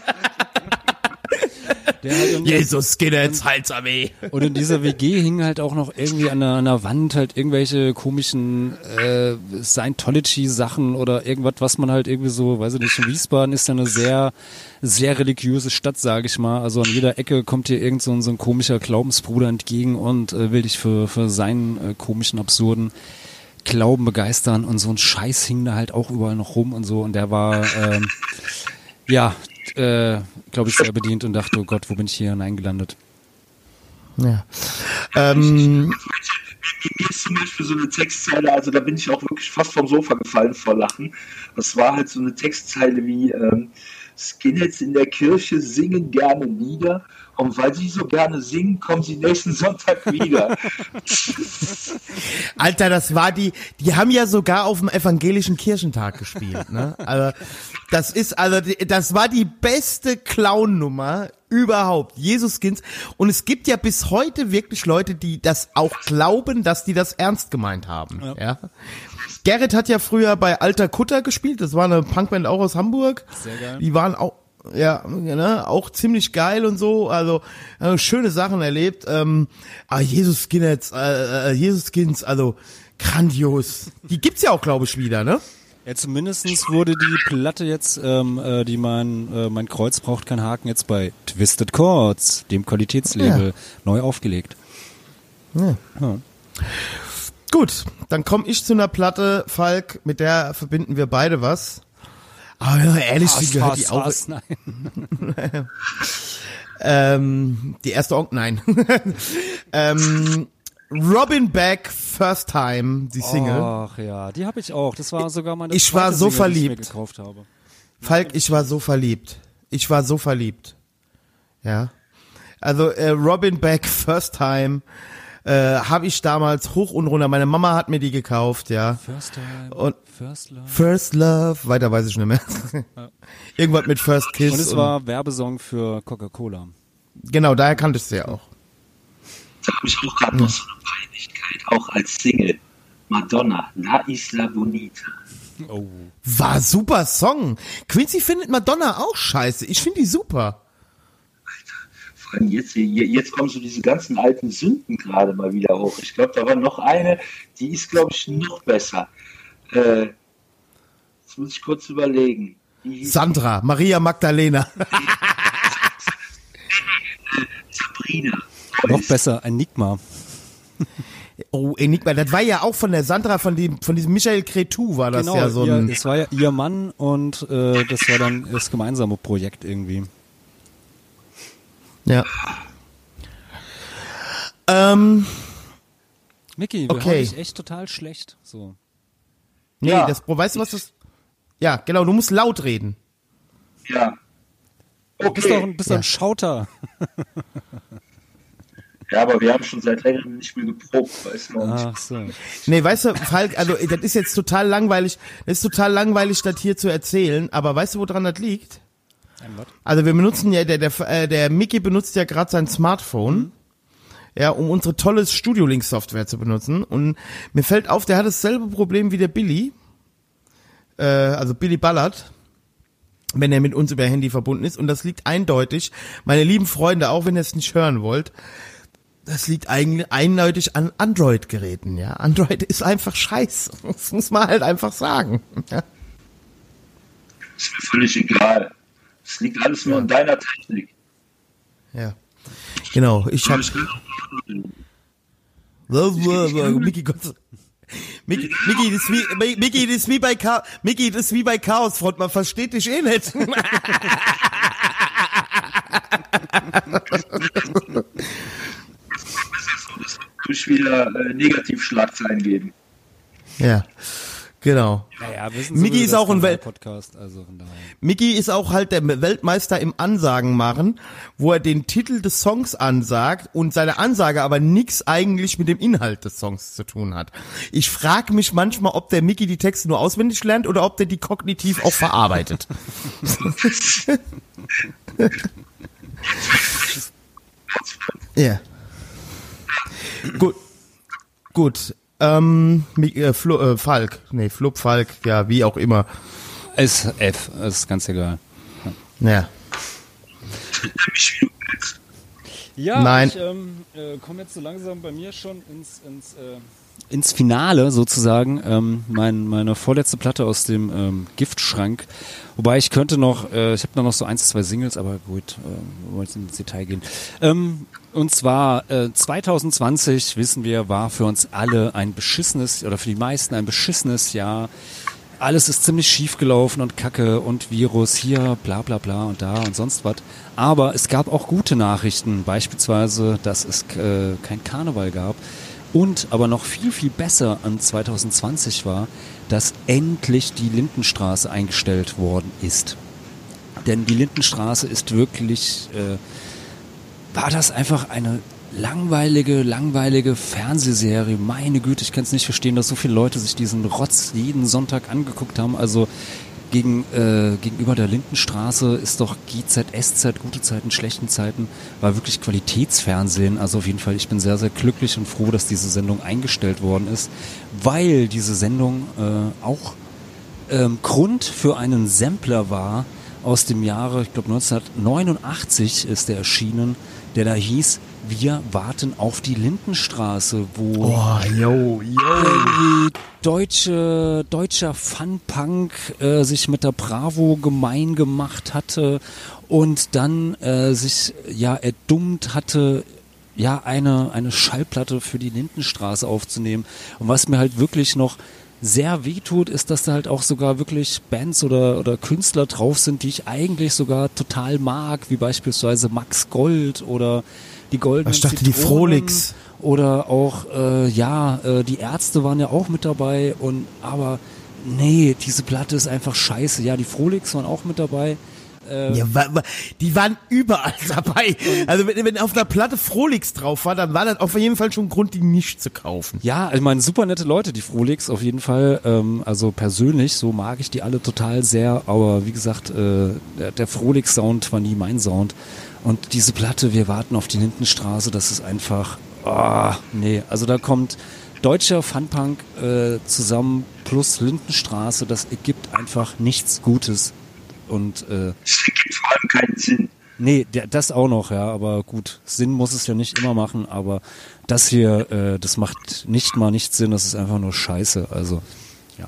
Jesus Skinheads, Heilsarmee. Und in dieser WG hingen halt auch noch irgendwie an der Wand halt irgendwelche komischen Scientology-Sachen oder irgendwas, was man halt irgendwie so, weiß ich nicht, in Wiesbaden ist ja eine sehr, sehr religiöse Stadt, sage ich mal. Also an jeder Ecke kommt dir irgend so ein komischer Glaubensbruder entgegen und will dich für seinen komischen, absurden Glauben begeistern und so ein Scheiß hing da halt auch überall noch rum und so und der war, glaube ich, sehr bedient und dachte, oh Gott, wo bin ich hier hineingelandet? Ja. Mir ist zum Beispiel so eine Textzeile, also da bin ich auch wirklich fast vom Sofa gefallen vor Lachen. Das war halt so eine Textzeile wie Skinheads in der Kirche singen gerne Lieder, Und weil sie so gerne singen, kommen sie nächsten Sonntag wieder. Alter, das war die haben ja sogar auf dem evangelischen Kirchentag gespielt, ne? Also, das war die beste Clown-Nummer überhaupt. Jesuskins. Und es gibt ja bis heute wirklich Leute, die das auch glauben, dass die das ernst gemeint haben, ja. Gerrit hat ja früher bei Alter Kutter gespielt, das war eine Punkband auch aus Hamburg. Sehr geil. Die waren auch, ja, ne, auch ziemlich geil und so, also schöne Sachen erlebt. Jesuskins, also grandios. Die gibt's ja auch, glaube ich, wieder, ne? Ja, zumindestens wurde die Platte jetzt, die mein Kreuz braucht keinen Haken, jetzt bei Twisted Chords, dem Qualitätslabel, neu aufgelegt. Ja. Gut, dann komme ich zu einer Platte, Falk, mit der verbinden wir beide was. Aber ja, ehrlich, wie gehört die auch? Die erste nein. Robin Beck, First Time, die Single. Ach ja, die habe ich auch. Das war sogar meine Ich war so Single, verliebt. die ich mir gekauft habe. Falk, ich war so verliebt. Ja. Also Robin Beck, First Time, habe ich damals hoch und runter. Meine Mama hat mir die gekauft, ja. First Time, und First Love, weiter weiß ich nicht mehr. Ja. Irgendwas mit First Kiss. Und es war Werbesong für Coca-Cola. Genau, daher kannte ich sie ja auch. Da habe ich auch gerade noch so eine Peinlichkeit, auch als Single. Madonna, La Isla Bonita. Oh. War super Song. Quincy findet Madonna auch scheiße. Ich finde die super. Vor allem jetzt kommen so diese ganzen alten Sünden gerade mal wieder hoch. Ich glaube, da war noch eine, die ist, glaube ich, noch besser. Jetzt muss ich kurz überlegen. Sandra, Maria Magdalena. Sabrina. Noch besser, Enigma. Oh, Enigma, das war ja auch von der Sandra, von diesem Michael Cretu war das ja so ein... das war ja ihr Mann und das war dann das gemeinsame Projekt irgendwie. Ja. Micky, wir haben dich echt total schlecht. So. Nee, Ja. weißt du was das... Ja, genau, du musst laut reden. Ja. Du bist Okay. doch ein Schauter. Ja, aber wir haben schon seit längerem nicht mehr geprobt, weißt du. Ach so. Nee, weißt du, Falk, also das ist jetzt total langweilig, das hier zu erzählen, aber weißt du, woran das liegt? Ein was? Also wir benutzen ja, der Mickey benutzt ja gerade sein Smartphone, ja, um unsere tolle Studio-Link-Software zu benutzen. Und mir fällt auf, der hat dasselbe Problem wie der Billy, also Billy Ballard, wenn er mit uns über Handy verbunden ist. Und das liegt eindeutig, meine lieben Freunde, auch wenn ihr es nicht hören wollt, das liegt eigentlich eindeutig an Android-Geräten, ja. Android ist einfach scheiße. Das muss man halt einfach sagen. Ja. Ist mir völlig egal. Es liegt alles nur an deiner Technik. Ja. Genau, ich hab... Mickey, Gott. Mickey, das ist wie bei Chaosfront, man versteht dich eh nicht. Ich wieder Negativschlagzeilen geben. Ja, genau. Naja, wissen Mickey ist auch ein Podcast, also von daher. Mickey ist auch halt der Weltmeister im Ansagen machen, wo er den Titel des Songs ansagt und seine Ansage aber nichts eigentlich mit dem Inhalt des Songs zu tun hat. Ich frage mich manchmal, ob der Mickey die Texte nur auswendig lernt oder ob der die kognitiv auch verarbeitet. Ja. Gut. Falk. Nee, Falk, ja, wie auch immer. SF, ist ganz egal. Ja. Ja, Nein. ich komme jetzt so langsam bei mir schon ins Finale sozusagen. Meine vorletzte Platte aus dem Giftschrank. Wobei ich könnte noch, ich habe noch so 1, 2 Singles, aber gut, wir wollen jetzt ins Detail gehen. Und zwar 2020, wissen wir, war für uns alle ein beschissenes, oder für die meisten ein beschissenes Jahr. Alles ist ziemlich schief gelaufen und Kacke und Virus hier, bla bla bla und da und sonst was. Aber es gab auch gute Nachrichten, beispielsweise, dass es kein Karneval gab. Und aber noch viel, viel besser an 2020 war, dass endlich die Lindenstraße eingestellt worden ist. Denn die Lindenstraße ist wirklich war das einfach eine langweilige Fernsehserie. Meine Güte, ich kann es nicht verstehen, dass so viele Leute sich diesen Rotz jeden Sonntag angeguckt haben. Also gegenüber der Lindenstraße ist doch GZSZ, gute Zeiten, schlechten Zeiten, war wirklich Qualitätsfernsehen. Also auf jeden Fall, ich bin sehr, sehr glücklich und froh, dass diese Sendung eingestellt worden ist, weil diese Sendung auch Grund für einen Sampler war aus dem Jahre, ich glaube 1989 ist der erschienen, der da hieß, wir warten auf die Lindenstraße, wo deutscher Fun-Punk sich mit der Bravo gemein gemacht hatte und dann sich erdummt hatte, eine Schallplatte für die Lindenstraße aufzunehmen. Und was mir halt wirklich noch sehr wehtut, ist, dass da halt auch sogar wirklich Bands oder Künstler drauf sind, die ich eigentlich sogar total mag, wie beispielsweise Max Gold oder die Goldenen Ich dachte, Zitronen die Frolix. oder auch die Ärzte waren ja auch mit dabei aber nee, diese Platte ist einfach scheiße. Ja, die Frolix waren auch mit dabei. Die waren überall dabei. Also wenn auf einer Platte Frolix drauf war, dann war das auf jeden Fall schon ein Grund, die nicht zu kaufen. Ja, ich meine, super nette Leute, die Frolix auf jeden Fall. Also persönlich, so mag ich die alle total sehr. Aber wie gesagt, der Frolix-Sound war nie mein Sound. Und diese Platte, wir warten auf die Lindenstraße, das ist einfach, nee. Also da kommt deutscher Funpunk zusammen plus Lindenstraße, das ergibt einfach nichts Gutes. Und Es gibt vor allem keinen Sinn. nee, das auch noch, ja, aber gut, Sinn muss es ja nicht immer machen, aber das hier, das macht nicht Sinn, das ist einfach nur Scheiße, also, ja.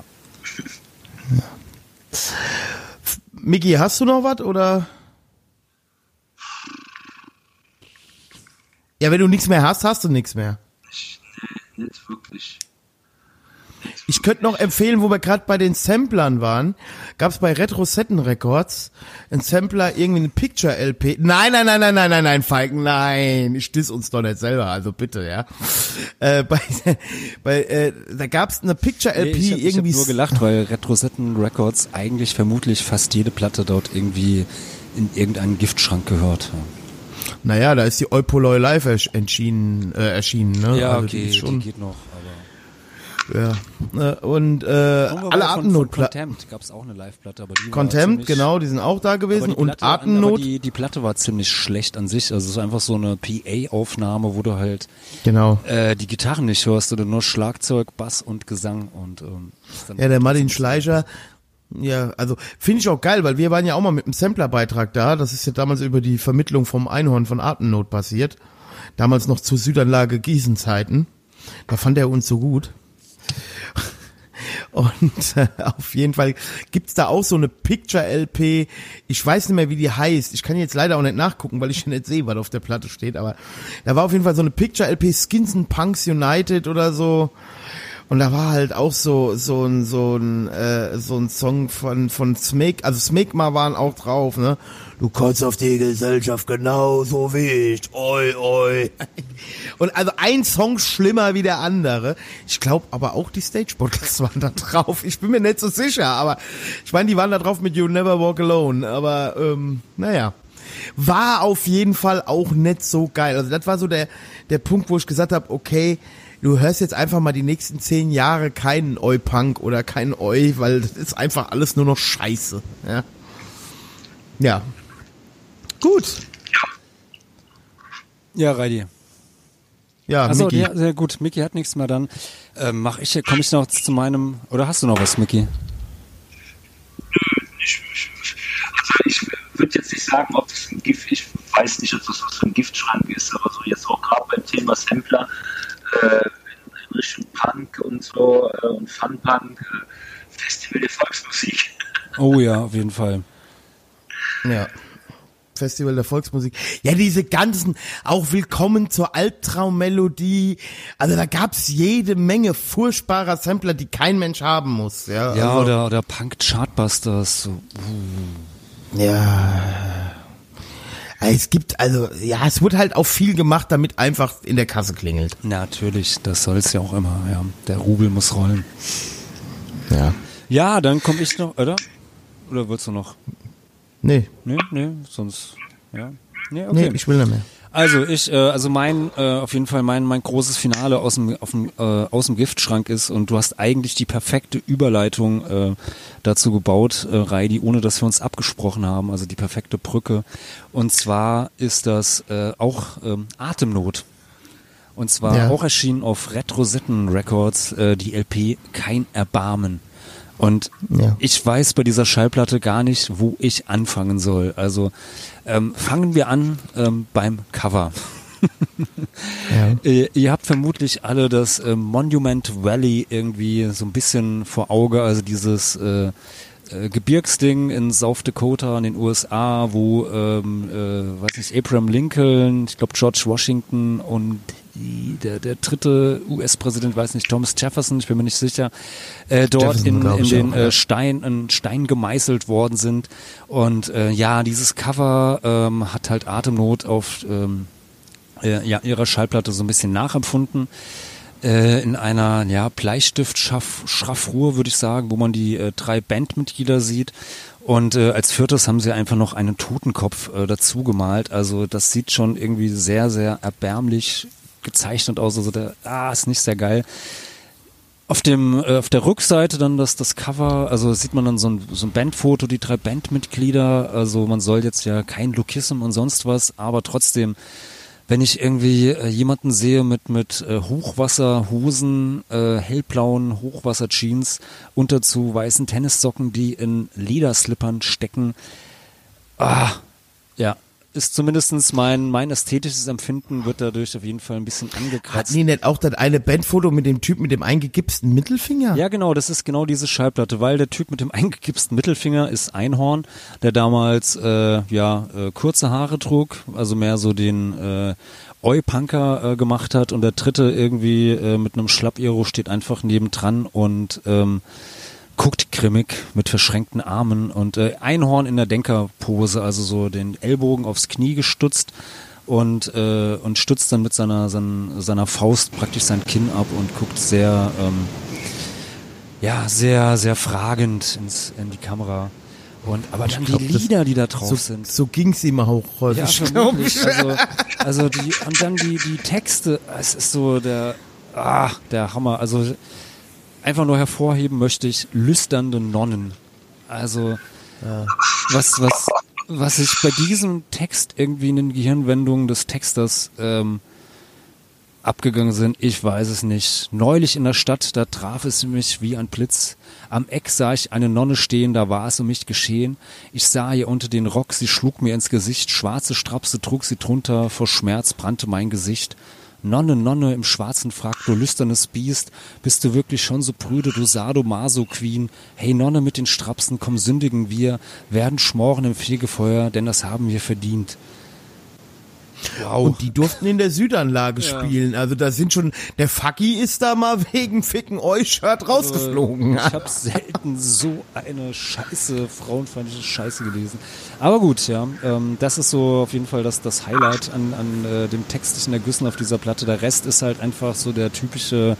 Miki, hast du noch was, oder? Ja, wenn du nichts mehr hast, hast du nichts mehr. Nicht wirklich. Ich könnte noch empfehlen, wo wir gerade bei den Samplern waren, gab es bei Retrosetten Records ein Sampler, irgendwie eine Picture-LP. Nein, Falken, nein, ich diss uns doch nicht selber, also bitte, ja. Da gab es eine Picture-LP Nee, ich hab irgendwie. nur gelacht, weil Retrosetten Records eigentlich vermutlich fast jede Platte dort irgendwie in irgendeinen Giftschrank gehört. Naja, da ist die Eupoloi Live erschienen, ne? Ja, Also okay, die ist schon, die geht noch, aber... ja. Und alle Atemnotplatten. Contempt gab es auch eine Live-Platte, aber die war Contempt, ziemlich, genau, die sind auch da gewesen. aber die Und Platte, Atemnot. aber die Platte war ziemlich schlecht an sich. Also es ist einfach so eine PA-Aufnahme, wo du halt Genau. die Gitarren nicht hörst, oder nur Schlagzeug, Bass und Gesang. Und ist dann Ja, der Martin Schleicher. Ja, also finde ich auch geil, weil wir waren ja auch mal mit einem Samplerbeitrag da. Das ist ja damals über die Vermittlung vom Einhorn von Atemnot passiert. Damals noch zur Südanlage Gießen-Zeiten. Da fand er uns so gut. Und auf jeden Fall gibt's da auch so eine Picture-LP. Ich weiß nicht mehr, wie die heißt. Ich kann jetzt leider auch nicht nachgucken, weil ich nicht sehe, was auf der Platte steht. Aber da war auf jeden Fall so eine Picture-LP, Skins and Punks United oder so. Und da war halt auch so ein Song von Smeg, also Smegma waren auch drauf, ne? Du kotzt auf die Gesellschaft genauso wie ich, oi, oi. Und also ein Song schlimmer wie der andere. Ich glaube aber auch die Stage-Buttles waren da drauf. Ich bin mir nicht so sicher, aber ich meine, die waren da drauf mit You Never Walk Alone. Aber naja, war auf jeden Fall auch nicht so geil. Also das war so der Punkt, wo ich gesagt habe, okay, du hörst jetzt einfach mal die nächsten 10 Jahre keinen Oi-Punk oder keinen Oi, weil das ist einfach alles nur noch Scheiße. Ja. Gut. Ja, Reidi. Ja, Also Miki. ja, sehr gut. Miki hat nichts mehr, dann komme ich noch zu meinem, oder hast du noch was, Miki? Also ich würde jetzt nicht sagen, ob das ein Gift, ich weiß nicht, ob das was für ein Giftschrank ist, aber so jetzt auch gerade beim Thema Sampler, in Richtung Punk und so und Fun-Punk, Festival der Volksmusik. Oh ja, auf jeden Fall. Ja. Festival der Volksmusik. Ja, diese ganzen, auch Willkommen zur Albtraummelodie. Also da gab's jede Menge furchtbarer Sampler, die kein Mensch haben muss. Ja, Ja, also, oder Punk Chartbusters. So. Ja. Es gibt, also, ja, es wurde halt auch viel gemacht, damit einfach in der Kasse klingelt. Natürlich, das soll's ja auch immer. Ja, der Rubel muss rollen. Ja. Ja, dann komme ich noch, oder? Oder willst du noch? Nee, Nee, sonst, ja. Nee, okay. nee, ich will nicht mehr. Also auf jeden Fall mein großes Finale aus dem Giftschrank ist, und du hast eigentlich die perfekte Überleitung dazu gebaut, Reidi, ohne dass wir uns abgesprochen haben, also die perfekte Brücke. Und zwar ist das auch Atemnot. Und zwar auch erschienen auf Red Rosetten Records, die LP Kein Erbarmen. Und ich weiß bei dieser Schallplatte gar nicht, wo ich anfangen soll. Also fangen wir an beim Cover. Ihr habt vermutlich alle das Monument Valley irgendwie so ein bisschen vor Auge, also dieses Gebirgsding in South Dakota in den USA, wo weiß nicht, Abraham Lincoln, ich glaube George Washington und der dritte US-Präsident, weiß nicht, Thomas Jefferson, ich bin mir nicht sicher, dort in den Stein gemeißelt worden sind. Und dieses Cover hat halt Atemnot auf ihrer Schallplatte so ein bisschen nachempfunden. In einer Bleistift-Schraffur, würde ich sagen, wo man die 3 Bandmitglieder sieht. Und als viertes haben sie einfach noch einen Totenkopf dazu gemalt. Also das sieht schon irgendwie sehr, sehr erbärmlich gezeichnet aus. Also ist nicht sehr geil. Auf der Rückseite dann das Cover, also sieht man dann so ein Bandfoto, die 3 Bandmitglieder. Also man soll jetzt ja kein Lookism und sonst was, aber trotzdem, wenn ich irgendwie jemanden sehe mit Hochwasserhosen, hellblauen Hochwasserjeans und dazu weißen Tennissocken, die in Lederslippern stecken, ist zumindestens mein ästhetisches Empfinden wird dadurch auf jeden Fall ein bisschen angekratzt. Hatten die nicht auch das eine Bandfoto mit dem Typ mit dem eingegipsten Mittelfinger? Ja, genau, das ist genau diese Schallplatte, weil der Typ mit dem eingegipsten Mittelfinger ist Einhorn, der damals kurze Haare trug, also mehr so den Oi-Punker gemacht hat, und der dritte irgendwie mit einem Schlapp-Iro steht einfach nebendran und guckt grimmig mit verschränkten Armen und Einhorn in der Denkerpose, also so den Ellbogen aufs Knie gestützt und stützt dann mit seiner Faust praktisch sein Kinn ab und guckt sehr, sehr, sehr fragend in die Kamera. Aber dann die Lieder, die da drauf sind. So ging's ihm auch häufig. Ja, vermutlich. Und dann die Texte, es ist so der Hammer. Also einfach nur hervorheben möchte ich lüsternde Nonnen. Also was ich bei diesem Text irgendwie in den Gehirnwendungen des Texters abgegangen sind, ich weiß es nicht. Neulich in der Stadt, da traf es mich wie ein Blitz. Am Eck sah ich eine Nonne stehen, da war es um mich geschehen. Ich sah ihr unter den Rock, sie schlug mir ins Gesicht, schwarze Strapse trug sie drunter, vor Schmerz brannte mein Gesicht. Nonne, Nonne im schwarzen Frack, du lüsternes Biest, bist du wirklich schon so prüde, du Sadomaso-Queen? Hey Nonne mit den Strapsen, komm sündigen wir, werden schmoren im Fegefeuer, denn das haben wir verdient. Wow. Und die durften in der Südanlage spielen. Also da sind schon, der Fucky ist da mal wegen Ficken Shirt rausgeflogen. Ich habe selten so eine frauenfeindliche Scheiße gelesen. Aber gut, das ist so auf jeden Fall das Highlight an dem textlichen Ergüssen auf dieser Platte. Der Rest ist halt einfach so der typische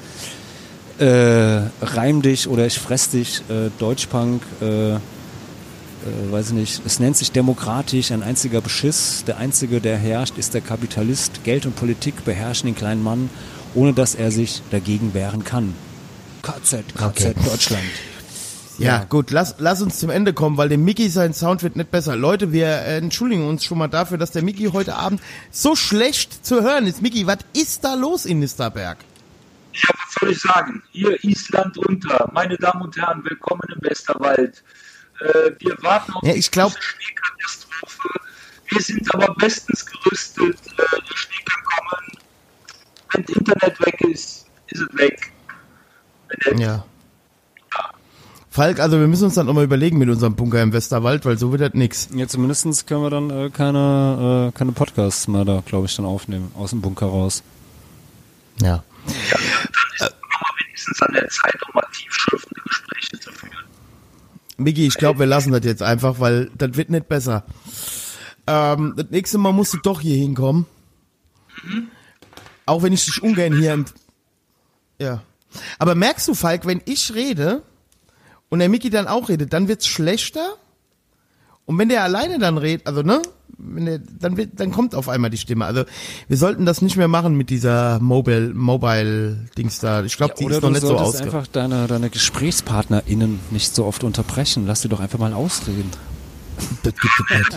Reim dich oder ich fress dich, Deutschpunk, weiß ich nicht, es nennt sich demokratisch, ein einziger Beschiss, der einzige, der herrscht, ist der Kapitalist, Geld und Politik beherrschen den kleinen Mann, ohne dass er sich dagegen wehren kann. KZ, Deutschland. Ja, gut, lass uns zum Ende kommen, weil dem Micky sein Sound wird nicht besser. Leute, wir entschuldigen uns schon mal dafür, dass der Micky heute Abend so schlecht zu hören ist. Micky, was ist da los in Nisterberg? Ja, was soll ich sagen? Hier Island unter. Meine Damen und Herren, willkommen im Westerwald. Wir warten auf die Schneekatastrophe. Wir sind aber bestens gerüstet. Der Schnee kann kommen. Wenn das Internet weg ist, ist es weg. Ja. Falk, also wir müssen uns dann nochmal überlegen mit unserem Bunker im Westerwald, weil so wird das nix. Ja, zumindest können wir dann keine Podcasts mehr da, glaube ich, dann aufnehmen, aus dem Bunker raus. Ja. Dann ist es wenigstens an der Zeit, um mal tiefschürfende Gespräche zu führen. Miki, ich glaube, wir lassen das jetzt einfach, weil das wird nicht besser. Das nächste Mal musst du doch hier hinkommen. Mhm. Auch wenn ich dich ungern hier... Ja. Aber merkst du, Falk, wenn ich rede und der Miki dann auch redet, dann wird's schlechter Und wenn der alleine dann redet, also ne, dann kommt auf einmal die Stimme. Also wir sollten das nicht mehr machen mit dieser Mobile-Dings da. Ich glaube, die ist noch nicht so ausgereift. Du solltest einfach deine GesprächspartnerInnen nicht so oft unterbrechen. Lass sie doch einfach mal ausreden. Das gibt es nicht.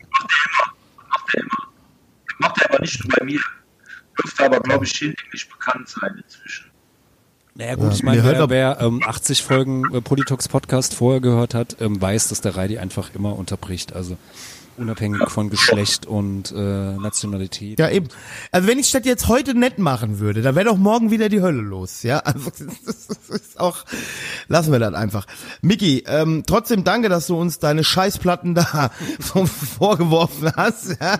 Macht er aber nicht nur bei mir. Dürfte aber, glaube ich, hinlänglich bekannt sein inzwischen. Naja gut, ich meine, wer 80 Folgen Politox Podcast vorher gehört hat, weiß, dass der Reidi einfach immer unterbricht. Also unabhängig von Geschlecht und Nationalität. Ja, eben. Also wenn ich das jetzt heute nett machen würde, dann wäre doch morgen wieder die Hölle los, ja. Also das ist auch, lassen wir das einfach. Micky, trotzdem danke, dass du uns deine Scheißplatten da so vorgeworfen hast, ja.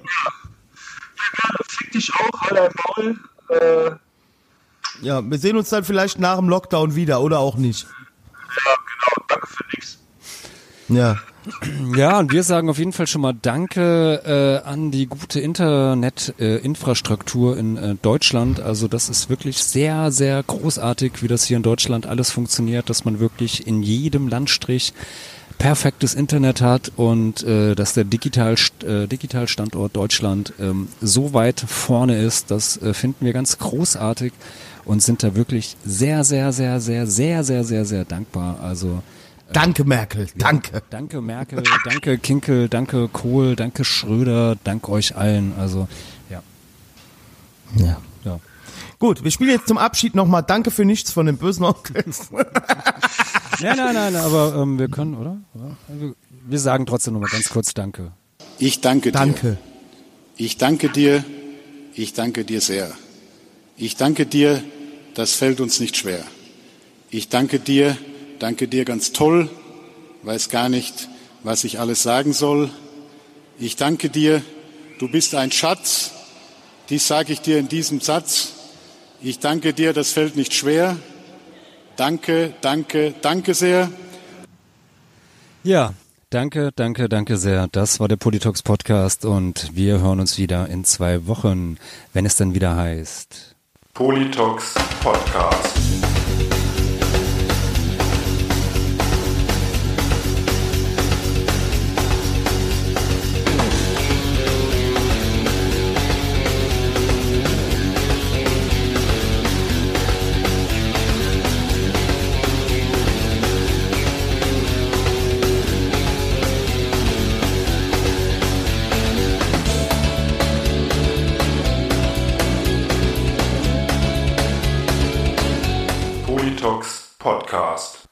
Fick dich auch, Alter, Maul. Ja, wir sehen uns dann vielleicht nach dem Lockdown wieder, oder auch nicht. Ja, genau, danke für nichts. Ja. Ja, und wir sagen auf jeden Fall schon mal Danke an die gute Internetinfrastruktur in Deutschland. Also das ist wirklich sehr, sehr großartig, wie das hier in Deutschland alles funktioniert, dass man wirklich in jedem Landstrich perfektes Internet hat und dass der Digitalstandort Deutschland so weit vorne ist, das finden wir ganz großartig und sind da wirklich sehr, sehr, sehr, sehr, sehr, sehr, sehr, sehr dankbar. Also danke Merkel, danke. Danke Merkel, danke Kinkel, danke Kohl, danke Schröder, danke euch allen. Also ja. Gut, wir spielen jetzt zum Abschied nochmal Danke für nichts von den bösen Onkels. Nein, aber wir können, oder? Wir sagen trotzdem nochmal ganz kurz Danke. Ich danke dir. Danke. Ich danke dir. Ich danke dir sehr. Ich danke dir, das fällt uns nicht schwer. Ich danke dir ganz toll, weiß gar nicht, was ich alles sagen soll. Ich danke dir, du bist ein Schatz, dies sage ich dir in diesem Satz. Ich danke dir, das fällt nicht schwer. Danke, danke, danke sehr. Ja, danke sehr. Das war der Politox Podcast und wir hören uns wieder in 2 Wochen, wenn es dann wieder heißt Politox Podcast. Politox Podcast.